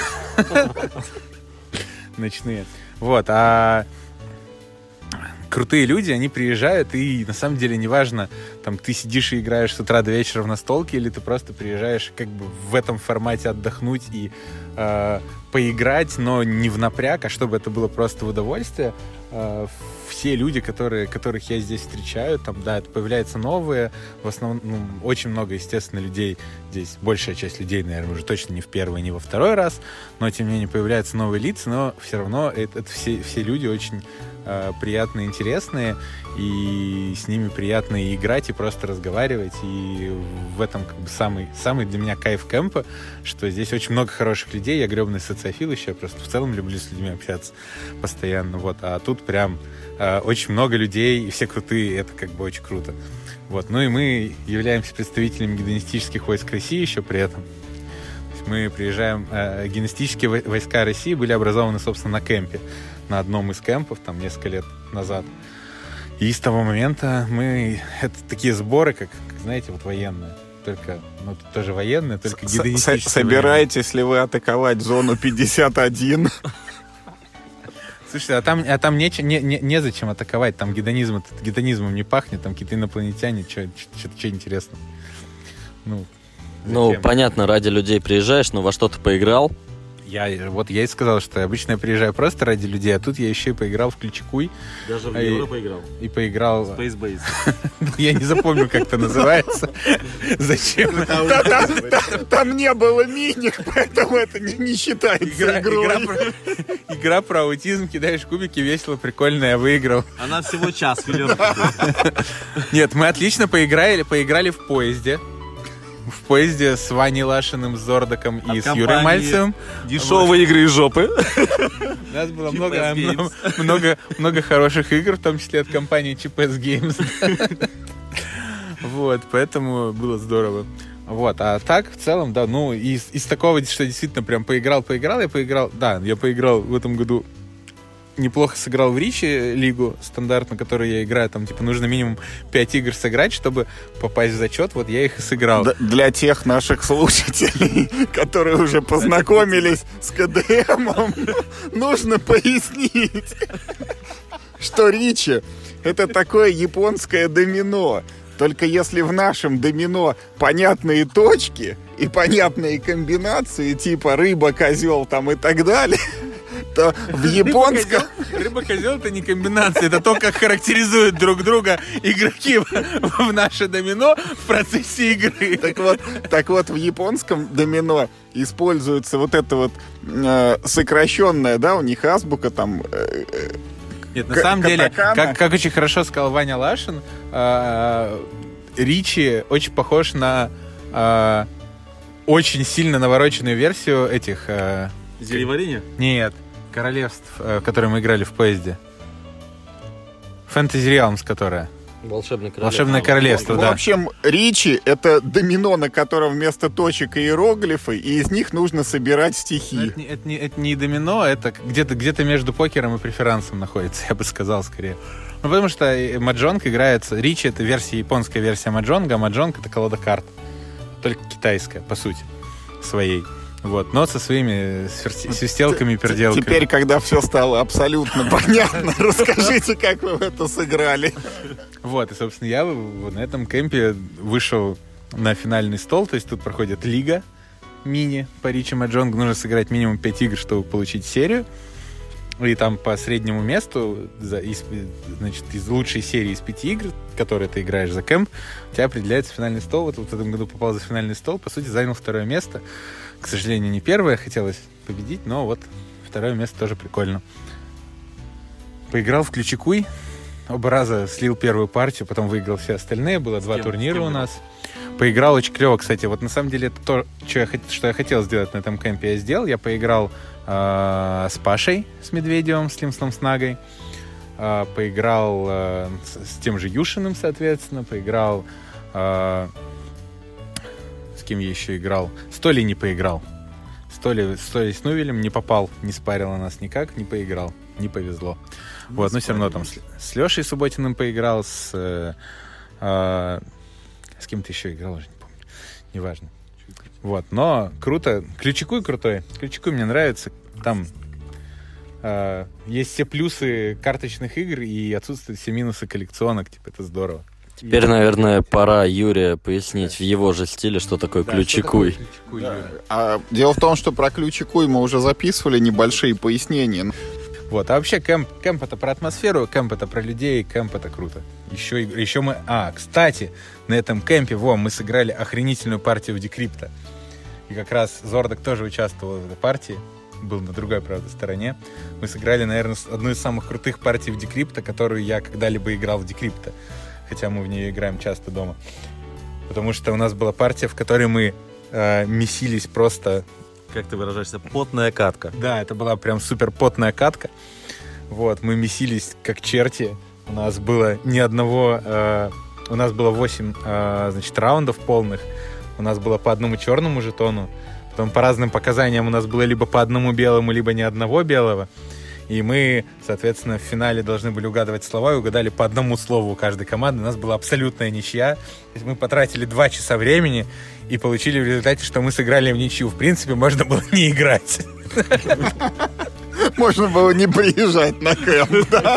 Ночные. Вот, а... крутые люди, они приезжают, и на самом деле неважно, там, ты сидишь и играешь с утра до вечера в настолке, или ты просто приезжаешь как бы в этом формате отдохнуть и э, поиграть, но не в напряг, а чтобы это было просто в удовольствие. Э, все люди, которые, которых я здесь встречаю, там, да, это появляются новые, в основном, ну, очень много, естественно, людей, здесь большая часть людей, наверное, уже точно не в первый, не во второй раз, но, тем не менее, появляются новые лица, но все равно это, это все, все люди очень э, приятные, интересные, и с ними приятно и играть, и просто разговаривать, и в этом как бы самый, самый для меня кайф кэмпа, что здесь очень много хороших людей, я гребаный социофил еще, я просто в целом люблю с людьми общаться постоянно, вот, а тут прям э, очень много людей, и все крутые, это как бы очень круто. Вот, ну и мы являемся представителями гедонистических войск России еще при этом. То есть мы приезжаем, э, гедонистические войска России были образованы, собственно, на кемпе, на одном из кемпов, там, несколько лет назад. И с того момента мы... Это такие сборы, как, как знаете, вот военные. Только, ну, тут тоже военные, только гедонистические. Собираетесь ли вы атаковать зону пятьдесят один? Слушайте, а там, а там неч, не, не, незачем атаковать, там гедонизм, гедонизмом не пахнет, там какие-то инопланетяне, что интересно. Ну, ну, понятно, ради людей приезжаешь, но во что ты поиграл? Я, вот я и сказал, что обычно я приезжаю просто ради людей, а тут я еще и поиграл в Ключикуй. Даже в и, Евро поиграл? И поиграл... Space Base. Я не запомню, как это называется. Зачем? Там не было миник, поэтому это не считается игрой. Игра про аутизм, кидаешь кубики, весело, прикольно, я выиграл. Она всего час, Филер. Нет, мы отлично поиграли, поиграли в поезде. В поезде с Ваней Лашиным, с Зордаком и с Юрой Мальцевым. Дешевые игры из жопы. У нас было много, много, много, много хороших игр, в том числе от компании джи пи эс Games. Вот, поэтому было здорово. Вот, а так, в целом, да, ну, из, из такого, что действительно прям поиграл-поиграл, я поиграл, да, я поиграл в этом году, неплохо сыграл в Ричи лигу стандартно, которую я играю, там, типа, нужно минимум пять игр сыграть, чтобы попасть в зачет, вот я их и сыграл. Д- для тех наших слушателей, которые уже познакомились с КДМом, нужно пояснить, что Ричи — это такое японское домино. Только если в нашем домино понятные точки и понятные комбинации, типа рыба, козел там и так далее, то в японском... Рыба-козел — это не комбинация, это то, как характеризуют друг друга игроки в, в наше домино в процессе игры. Так вот, так вот, в японском домино используется вот это вот э, сокращенное, да, у них азбука там... Э, Нет, на самом деле, как, как очень хорошо сказал Ваня Лашин, э, Ричи очень похож на э, очень сильно навороченную версию этих... Э, Зельеварения? Нет, королевств, э, в которые мы играли в поезде. Fantasy Realms, которая. Волшебное королевство. Волшебное королевство, да. В общем, Ричи — это домино, на котором вместо точек иероглифы, и из них нужно собирать стихи. Это не, это, не, это не домино, это где-то, где-то между покером и преферансом находится, я бы сказал, скорее. Ну, потому что маджонг играется... Ричи — это версия, японская версия маджонга, а маджонг — это колода карт. Только китайская, по сути, своей. Вот, но со своими свистелками и переделками. Теперь, когда все стало абсолютно понятно, расскажите, как вы в это сыграли. Вот, и, собственно, я на этом кемпе вышел на финальный стол, то есть тут проходит лига мини по Ричи Маджонгу, нужно сыграть минимум пять игр, чтобы получить серию. И там по среднему месту, за, из, значит, из лучшей серии из пяти игр, которые ты играешь за кемп, у тебя определяется финальный стол. Вот, вот в этом году попал за финальный стол, по сути, занял второе место. К сожалению, не первое, хотелось победить, но вот второе место тоже прикольно. Поиграл в Ключикуй. Оба раза слил первую партию, потом выиграл все остальные. Было два кем? турнира С кем у нас. Поиграл очень клево, кстати. Вот на самом деле это то, что я, хот- что я хотел сделать на этом кемпе, я сделал. Я поиграл э, с Пашей, с Медведевым, с Лимсом, с Нагой. Э, поиграл э, с, с тем же Юшиным, соответственно. Поиграл... Э, с кем я еще играл? С Толей не поиграл. С Толей, с Толей с Нувелем не попал, не спарил на нас никак, не поиграл. Не повезло. Не вот, но все равно там с, с Лешей Субботиным поиграл, с... Э, э, с кем-то еще играл, уже не помню. Неважно. Вот, но круто. Ключикуй крутой. Ключикуй мне нравится. Там э, есть все плюсы карточных игр и отсутствуют все минусы коллекционок. Типа, это здорово. Теперь, наверное, пора Юрия пояснить в его же стиле, что такое Да, Ключикуй. что такое Ключикуй, Юра? А, дело в том, что про Ключикуй мы уже записывали небольшие пояснения. Вот, а вообще кэмп, кэмп это про атмосферу, кэмп это про людей, кэмп это круто. Еще, еще мы... А, кстати, на этом кэмпе, во, мы сыграли охренительную партию в Декрипто. И как раз Зордок тоже участвовал в этой партии. Был на другой, правда, стороне. Мы сыграли, наверное, одну из самых крутых партий в Декрипто, которую я когда-либо играл в Декрипто. Хотя мы в нее играем часто дома. Потому что у нас была партия, в которой мы э, месились просто... Как ты выражаешься? Потная катка. Да, это была прям супер потная катка. Вот, мы месились как черти. У нас было ни одного... Э, у нас было восемь, э, значит, раундов полных. У нас было по одному черному жетону. Потом по разным показаниям у нас было либо по одному белому, либо ни одного белого. И мы, соответственно, в финале должны были угадывать слова и угадали по одному слову у каждой команды. У нас была абсолютная ничья. То есть мы потратили два часа времени и получили в результате, что мы сыграли в ничью. В принципе, можно было не играть. Можно было не приезжать на кэмп, да?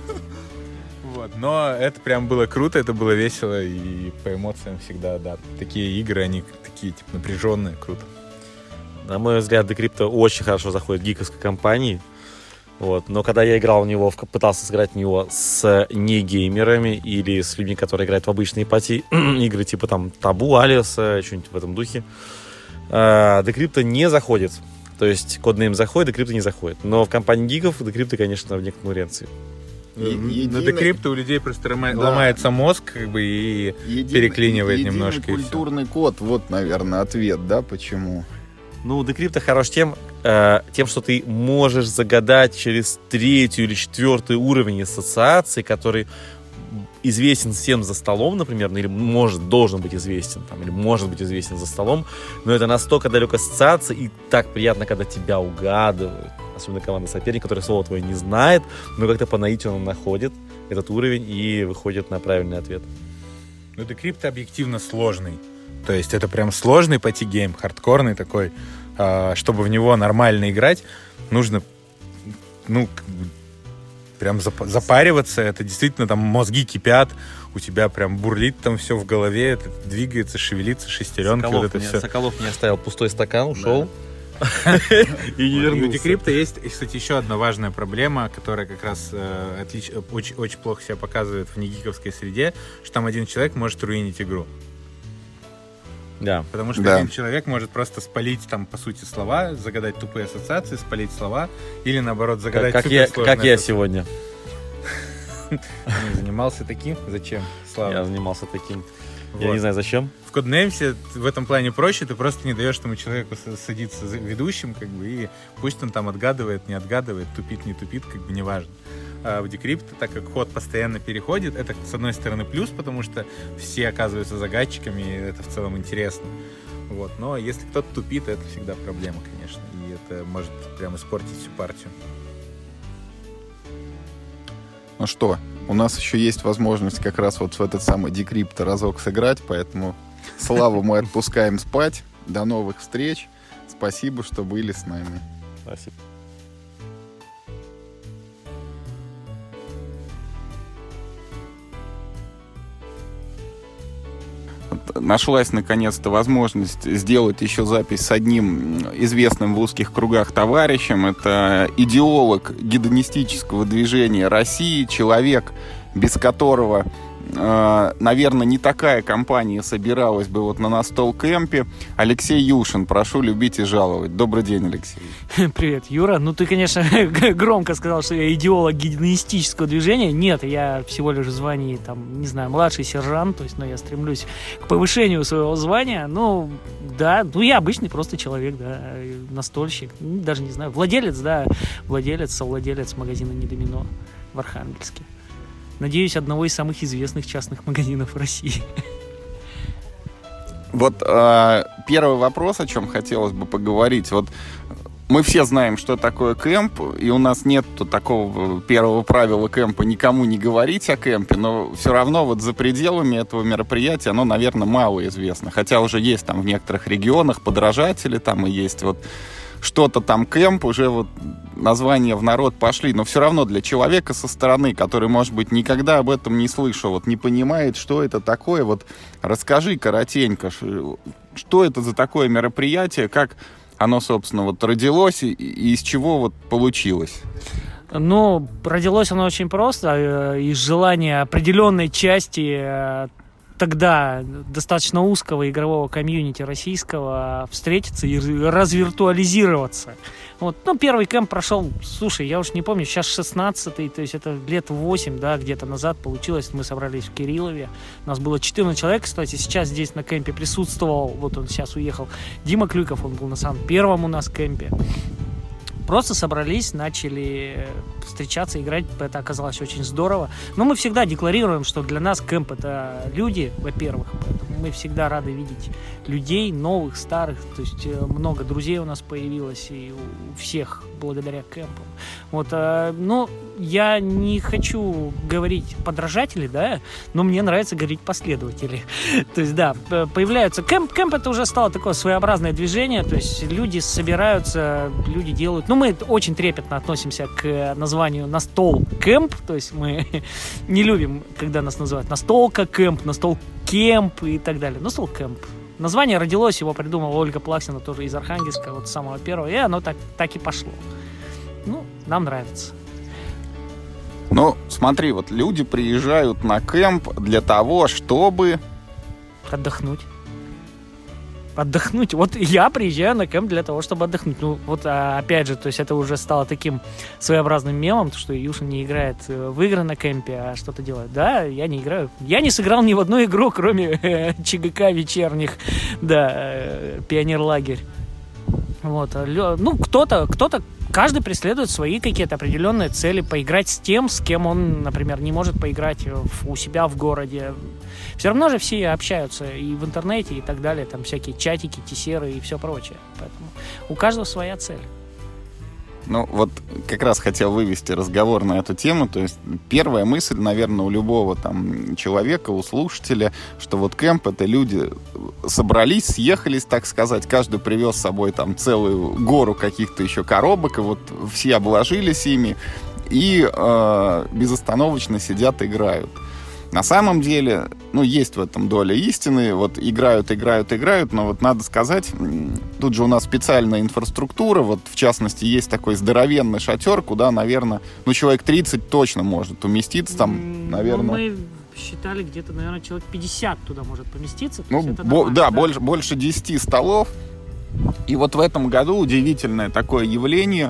Вот. Но это прям было круто, это было весело. И по эмоциям всегда, да, такие игры, они такие, типа, напряженные, круто. На мой взгляд, Decrypto очень хорошо заходит гиковской компании. Вот. Но когда я играл в него, пытался сыграть в него с не-геймерами или с людьми, которые играют в обычные пати игры, типа там Табу, Алиас, что-нибудь в этом духе, Decrypto не заходит. То есть Codename заходит, Decrypto не заходит. Но в компании гиков Decrypto, конечно, вне конкуренции. Единый... На Decrypto у людей просто да. ломается мозг, как бы, и Един... переклинивает единый немножко. Культурный код, вот, наверное, ответ, да, почему? Ну, Decrypto хорош тем, э, тем, что ты можешь загадать через третий или четвертый уровень ассоциации, который известен всем за столом, например, или может, должен быть известен, там, или может быть известен за столом, но это настолько далеко ассоциация, и так приятно, когда тебя угадывают, особенно команда соперника, которая слово твое не знает, но как-то по наитию он находит этот уровень и выходит на правильный ответ. Ну, Decrypto объективно сложный. То есть это прям сложный пати-гейм, хардкорный такой. Чтобы в него нормально играть, нужно, ну, прям запариваться. Это действительно там мозги кипят, у тебя прям бурлит там все в голове, это двигается, шевелится, шестеренки. Соколов, вот это не, все. Соколов не оставил пустой стакан, ушел. И не вернулся. У Decrypto есть, кстати, еще одна важная проблема, которая как раз очень плохо себя показывает в негиковской среде, что там один человек может руинить игру. Да. Потому что да. один человек может просто спалить там, по сути, слова, загадать тупые ассоциации, спалить слова, или наоборот загадать как, как я, суперсложные как я ассоциации. сегодня. Занимался таким? Зачем? Слава. Я занимался таким. Вот. Я не знаю, зачем. В Codenames в этом плане проще, ты просто не даешь этому человеку садиться за ведущим, как бы, и пусть он там отгадывает, не отгадывает, тупит, не тупит, как бы неважно. А в Decrypto, так как ход постоянно переходит, это, с одной стороны, плюс, потому что все оказываются загадчиками, и это в целом интересно. Вот. Но если кто-то тупит, это всегда проблема, конечно, и это может прям испортить всю партию. Ну что, у нас еще есть возможность как раз вот в этот самый Decrypto разок сыграть, поэтому Славу мы отпускаем спать. До новых встреч. Спасибо, что были с нами. Спасибо. Нашлась наконец-то возможность сделать еще запись с одним известным в узких кругах товарищем. Это идеолог гедонистического движения России, человек, без которого э, наверное, не такая компания собиралась бы вот на настол кемпе. Алексей Юшин, прошу любить и жаловать. Добрый день, Алексей. Привет, Юра. Ну, ты, конечно, громко сказал, что я идеолог гедонистического движения. Нет, я всего лишь в звании, там, не знаю, младший сержант, то есть, но я стремлюсь к повышению своего звания. Ну, да, ну, я обычный просто человек, да, настольщик, даже не знаю, владелец, да, владелец, совладелец магазина «Недомино» в Архангельске. Надеюсь, одного из самых известных частных магазинов в России. Вот э, первый вопрос, о чем хотелось бы поговорить. Вот мы все знаем, что такое кемп, и у нас нет такого первого правила кемпа никому не говорить о кемпе, но все равно вот за пределами этого мероприятия оно, наверное, мало известно. Хотя уже есть там в некоторых регионах подражатели, там и есть вот что-то там кемп, уже вот названия в народ пошли, но все равно для человека со стороны, который, может быть, никогда об этом не слышал, вот не понимает, что это такое, вот расскажи коротенько, что это за такое мероприятие, как оно, собственно, вот родилось и, и из чего вот получилось? Ну, родилось оно очень просто, из желания определенной части тогда достаточно узкого игрового комьюнити российского встретиться и развиртуализироваться. Вот. Ну, первый кемп прошел, слушай, я уж не помню, сейчас шестнадцатый, то есть это лет восемь, да, где-то назад получилось. Мы собрались в Кириллове. У нас было четырнадцать человек, кстати, сейчас здесь на кемпе присутствовал, вот он сейчас уехал, Дима Клюков, он был на самом первом у нас кемпе. Просто собрались, начали встречаться, играть. Это оказалось очень здорово. Но мы всегда декларируем, что для нас кемп — это люди, во-первых. Поэтому мы всегда рады видеть людей, новых, старых. То есть много друзей у нас появилось, и у всех благодаря кемпу. Вот, ну, я не хочу говорить подражатели, да, но мне нравится говорить последователи. То есть, да, появляются... Кемп, кемп это уже стало такое своеобразное движение, то есть люди собираются, люди делают... Ну, мы очень трепетно относимся к названию «Настол кемп», то есть мы не любим, когда нас называют «Настолка кемп», «Настол кемп» и так далее. «Настол кемп». Название родилось, его придумала Ольга Плаксина, тоже из Архангельска, вот с самого первого, и оно так, так и пошло. Ну, нам нравится. Ну, смотри, вот люди приезжают на кемп для того, чтобы... Отдохнуть. Отдохнуть. Вот я приезжаю на кемп для того, чтобы отдохнуть. Ну, вот опять же, то есть это уже стало таким своеобразным мемом, что Юшин не играет в игры на кемпе, а что-то делает. Да, я не играю. Я не сыграл ни в одну игру, кроме э, ЧГК вечерних, да, э, пионерлагерь. Вот. Ну, кто-то, кто-то, каждый преследует свои какие-то определенные цели, поиграть с тем, с кем он, например, не может поиграть в, у себя в городе. Все равно же все общаются и в интернете, и так далее, там всякие чатики, тесеры и все прочее. Поэтому у каждого своя цель. Ну, вот как раз хотел вывести разговор на эту тему. То есть первая мысль, наверное, у любого там человека, у слушателя, что вот кемп — это люди собрались, съехались, так сказать, каждый привез с собой там целую гору каких-то еще коробок, и вот все обложились ими и э, безостановочно сидят, играют. На самом деле, ну, есть в этом доля истины. Вот играют, играют, играют, но вот надо сказать, тут же у нас специальная инфраструктура, вот в частности есть такой здоровенный шатер, куда, наверное, ну, человек тридцать точно может уместиться там, наверное. Ну, мы считали, где-то, наверное, человек пятьдесят туда может поместиться. Ну, бо- да, да, больше, больше десяти столов. И вот в этом году удивительное такое явление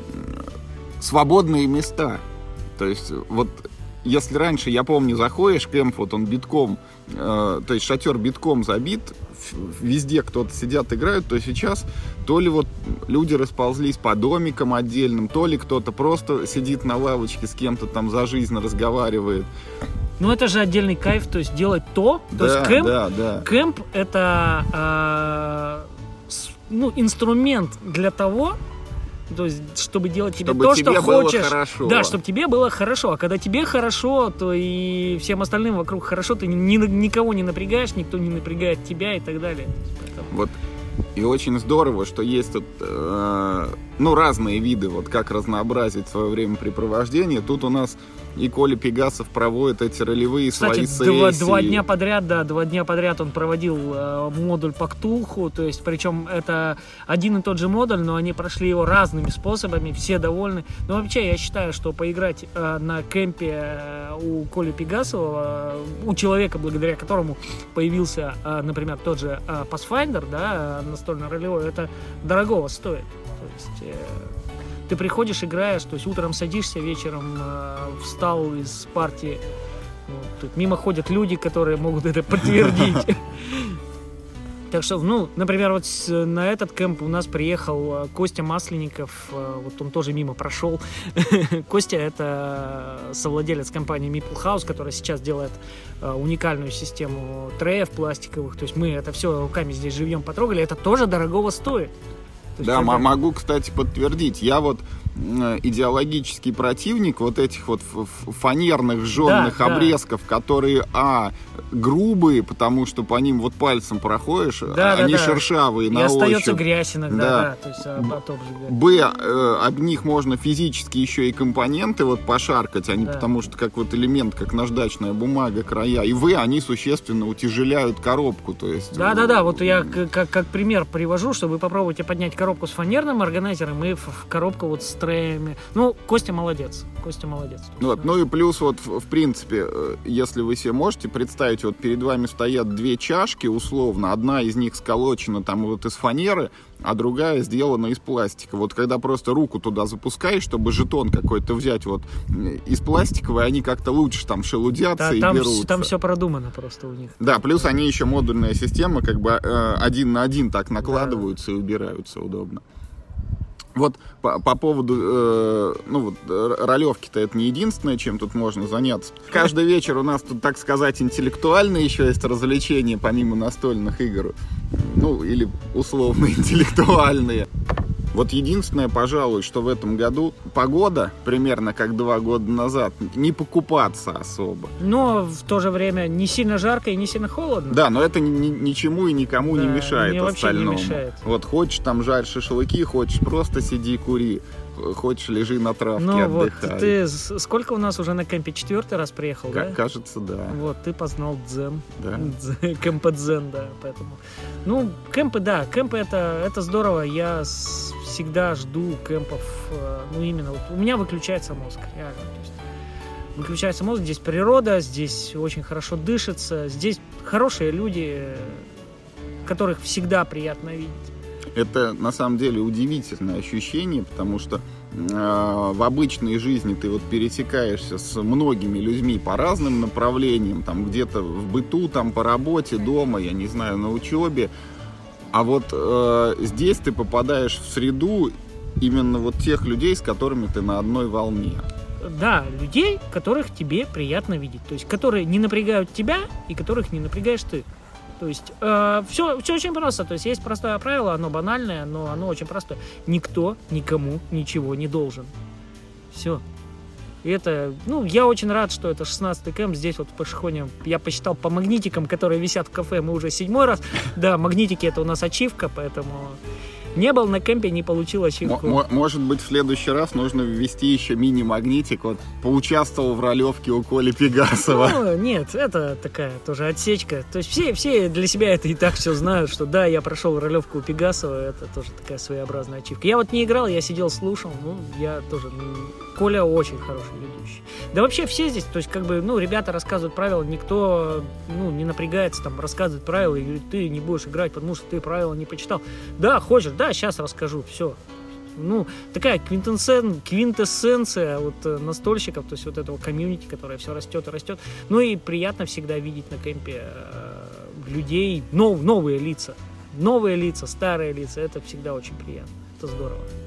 — свободные места. То есть вот... Если раньше, я помню, заходишь, кемп, вот он битком, э, то есть шатер битком забит, везде кто-то сидят, играют, то сейчас то ли вот люди расползлись по домикам отдельным, то ли кто-то просто сидит на лавочке с кем-то там за жизнь разговаривает. Ну, это же отдельный кайф, то есть делать то, то да, есть кемп, да, да. кемп это э, ну, инструмент для того, то есть, чтобы делать тебе чтобы то, тебе что было хочешь. Хорошо. Да, чтобы тебе было хорошо. А когда тебе хорошо, то и всем остальным вокруг хорошо, ты ни, никого не напрягаешь, никто не напрягает тебя и так далее. Поэтому... Вот И очень здорово, что есть тут, э, ну, разные виды, вот как разнообразить свое времяпрепровождение. Тут у нас и Коля Пегасов проводит эти ролевые Кстати, свои два, сессии. два дня подряд, да, два дня подряд он проводил э, модуль по Ктулху, то есть, причем это один и тот же модуль, но они прошли его разными способами, все довольны. Но вообще, я считаю, что поиграть э, на кемпе э, у Коли Пегасова, э, у человека, благодаря которому появился, э, например, тот же э, Pathfinder, да, настольно-ролевой, это дорогого стоит. То есть... Э, Ты приходишь, играешь, то есть утром садишься, вечером э, встал из партии. Вот, тут мимо ходят люди, которые могут это подтвердить. Так что, ну, например, вот на этот кемп у нас приехал Костя Масленников, вот он тоже мимо прошел. Костя — это совладелец компании Meeple House, которая сейчас делает уникальную систему треев пластиковых. То есть мы это все руками здесь живьем потрогали, это тоже дорогого стоит. Да, это... могу, кстати, подтвердить. Я вот э, идеологический противник вот этих вот фанерных жженных да, обрезков, да. которые, а, грубые, потому что по ним вот пальцем проходишь, да, они да, шершавые да. на ощупь. И остается грязь иногда, да. да то есть, а потом же, Б, э, об них можно физически еще и компоненты вот пошаркать, они да. потому что как вот элемент, как наждачная бумага, края. И В, они существенно утяжеляют коробку, то есть... Да-да-да, вот я как, как пример привожу, что вы попробуйте поднять коробку с фанерным органайзером и в, в коробку вот с треями. Ну, Костя молодец. Костя молодец. Вот, ну и плюс вот, в, в принципе, если вы себе можете представить, вот перед вами стоят две чашки, условно, одна из них сколочена там вот из фанеры, а другая сделана из пластика. Вот когда просто руку туда запускаешь, чтобы жетон какой-то взять вот из пластиковой, они как-то лучше там шелудятся да, и там берутся. Вс- там все продумано просто у них. Да, плюс они еще модульная система, как бы э, один на один так накладываются да. и убираются удобно. Вот по, по поводу, э, ну вот, ролевки-то это не единственное, чем тут можно заняться. Каждый вечер у нас тут, так сказать, интеллектуальные еще есть развлечения, помимо настольных игр. Ну, или условно интеллектуальные. Вот единственное, пожалуй, что в этом году погода, примерно как два года назад, не покупаться особо. Но в то же время не сильно жарко и не сильно холодно. Да, но это ни, ни, ничему и никому да, не мешает остальному. Не мешает. Вот хочешь там жарь шашлыки, хочешь просто сиди кури, хочешь лежи на травке, ну, отдыхай. Вот ты, сколько у нас уже на кемпе? Четвертый раз приехал, как, да? Кажется, да. Вот, ты познал дзен. Да. Кемпа дзен, да, поэтому. Ну, кемпы, да, кемпы это, это здорово. Я всегда жду кемпов, ну, именно вот у меня выключается мозг, реально. То есть выключается мозг, здесь природа, здесь очень хорошо дышится, здесь хорошие люди, которых всегда приятно видеть. Это на самом деле удивительное ощущение, потому что э, в обычной жизни ты вот пересекаешься с многими людьми по разным направлениям, там где-то в быту, там по работе, дома, я не знаю, на учебе. А вот э, здесь ты попадаешь в среду именно вот тех людей, с которыми ты на одной волне. Да, людей, которых тебе приятно видеть, то есть которые не напрягают тебя и которых не напрягаешь ты. То есть э, все, все очень просто. То есть есть простое правило, оно банальное, но оно очень простое. Никто никому ничего не должен. Все. И это, ну, я очень рад, что это шестнадцатый кемп. Здесь вот в Пашихоне я посчитал по магнитикам, которые висят в кафе, мы уже седьмой раз. Да, магнитики — это у нас ачивка, поэтому... Не был на кемпе, не получил ачивку. М- может быть, в следующий раз нужно ввести еще мини-магнитик. Вот поучаствовал в ролевке у Коли Пегасова. Ну, нет, это такая тоже отсечка. То есть все, все для себя это и так все знают, что да, я прошел ролевку у Пегасова, это тоже такая своеобразная ачивка. Я вот не играл, я сидел, слушал, ну, я тоже... Коля очень хороший ведущий. Да вообще все здесь, то есть как бы, ну, ребята рассказывают правила, никто, ну, не напрягается там рассказывать правила и говорит, ты не будешь играть, потому что ты правила не почитал. Да, хочешь, да, сейчас расскажу, все. Ну, такая квинтэссен... квинтэссенция вот настольщиков, то есть вот этого комьюнити, которое все растет и растет. Ну и приятно всегда видеть на кемпе э, людей, нов, новые лица. Новые лица, старые лица, это всегда очень приятно, это здорово.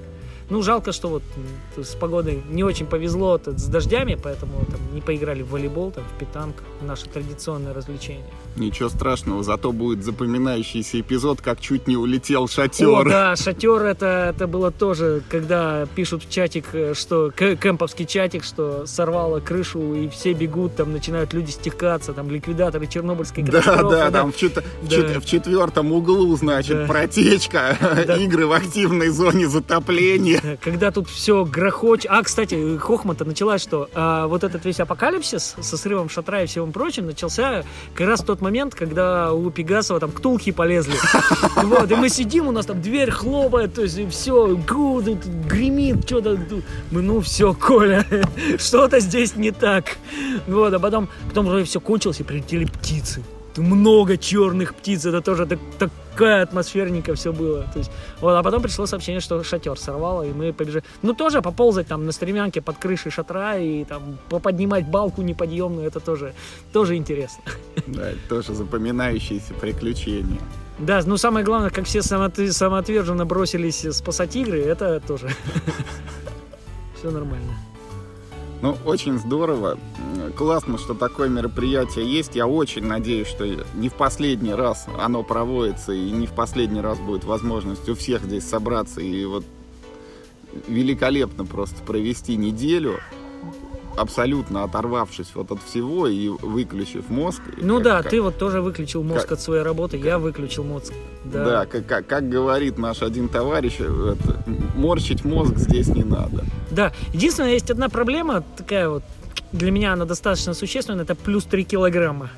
Ну, жалко, что вот с погодой не очень повезло с дождями, поэтому там не поиграли в волейбол, там, в питанг, наше традиционное развлечение. Ничего страшного, зато будет запоминающийся эпизод, как чуть не улетел шатер. О, да, шатер это, это было тоже, когда пишут в чатик, что кемповский чатик, что сорвало крышу и все бегут, там начинают люди стекаться, там ликвидаторы Чернобыльской катастрофы. Да, да, да, там в, чет- да. В, чет- в четвертом углу, значит, да. протечка, да. игры в активной зоне затопления. Когда тут все грохочет. А, кстати, хохма-то началась, что а, вот этот весь апокалипсис со срывом шатра и всем прочим начался как раз в тот момент, когда у Пегасова там ктулхи полезли. Вот, и мы сидим, у нас там дверь хлопает, то есть все, гремит, что-то. Мы, ну все, Коля, что-то здесь не так. Вот, а потом, потом вроде все кончилось, и прилетели птицы. Много черных птиц, это тоже так, такая атмосферненько все было. То есть, вот, а потом пришло сообщение, что шатер сорвало, и мы побежали. Ну, тоже поползать там на стремянке под крышей шатра и там поподнимать балку неподъемную, это тоже, тоже интересно. Да, это тоже запоминающиеся приключения. Да, ну самое главное, как все самоотверженно бросились спасать игры, это тоже все нормально. Ну, очень здорово. Классно, что такое мероприятие есть. Я очень надеюсь, что не в последний раз оно проводится, и не в последний раз будет возможность у всех здесь собраться и вот великолепно просто провести неделю, абсолютно оторвавшись вот от всего и выключив мозг. Ну как, да, как, ты вот тоже выключил мозг как, от своей работы, как, я выключил мозг. Да, да как, как, как говорит наш один товарищ, это, морщить мозг здесь не надо. Да, единственное, есть одна проблема, такая вот, для меня она достаточно существенная, это плюс три килограмма.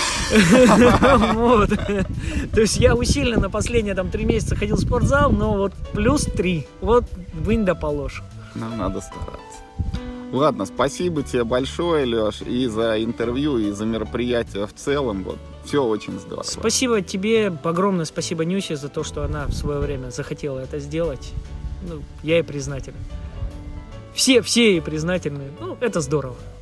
Вот. То есть я усиленно последние там три месяца ходил в спортзал, но вот плюс три, вот вынь да положь. Нам надо стараться. Ладно, спасибо тебе большое, Леш, и за интервью, и за мероприятие в целом. Вот. Все очень здорово. Спасибо тебе, огромное спасибо Нюсе за то, что она в свое время захотела это сделать. Ну, я ей признателен. Все, все ей признательны. Ну, это здорово.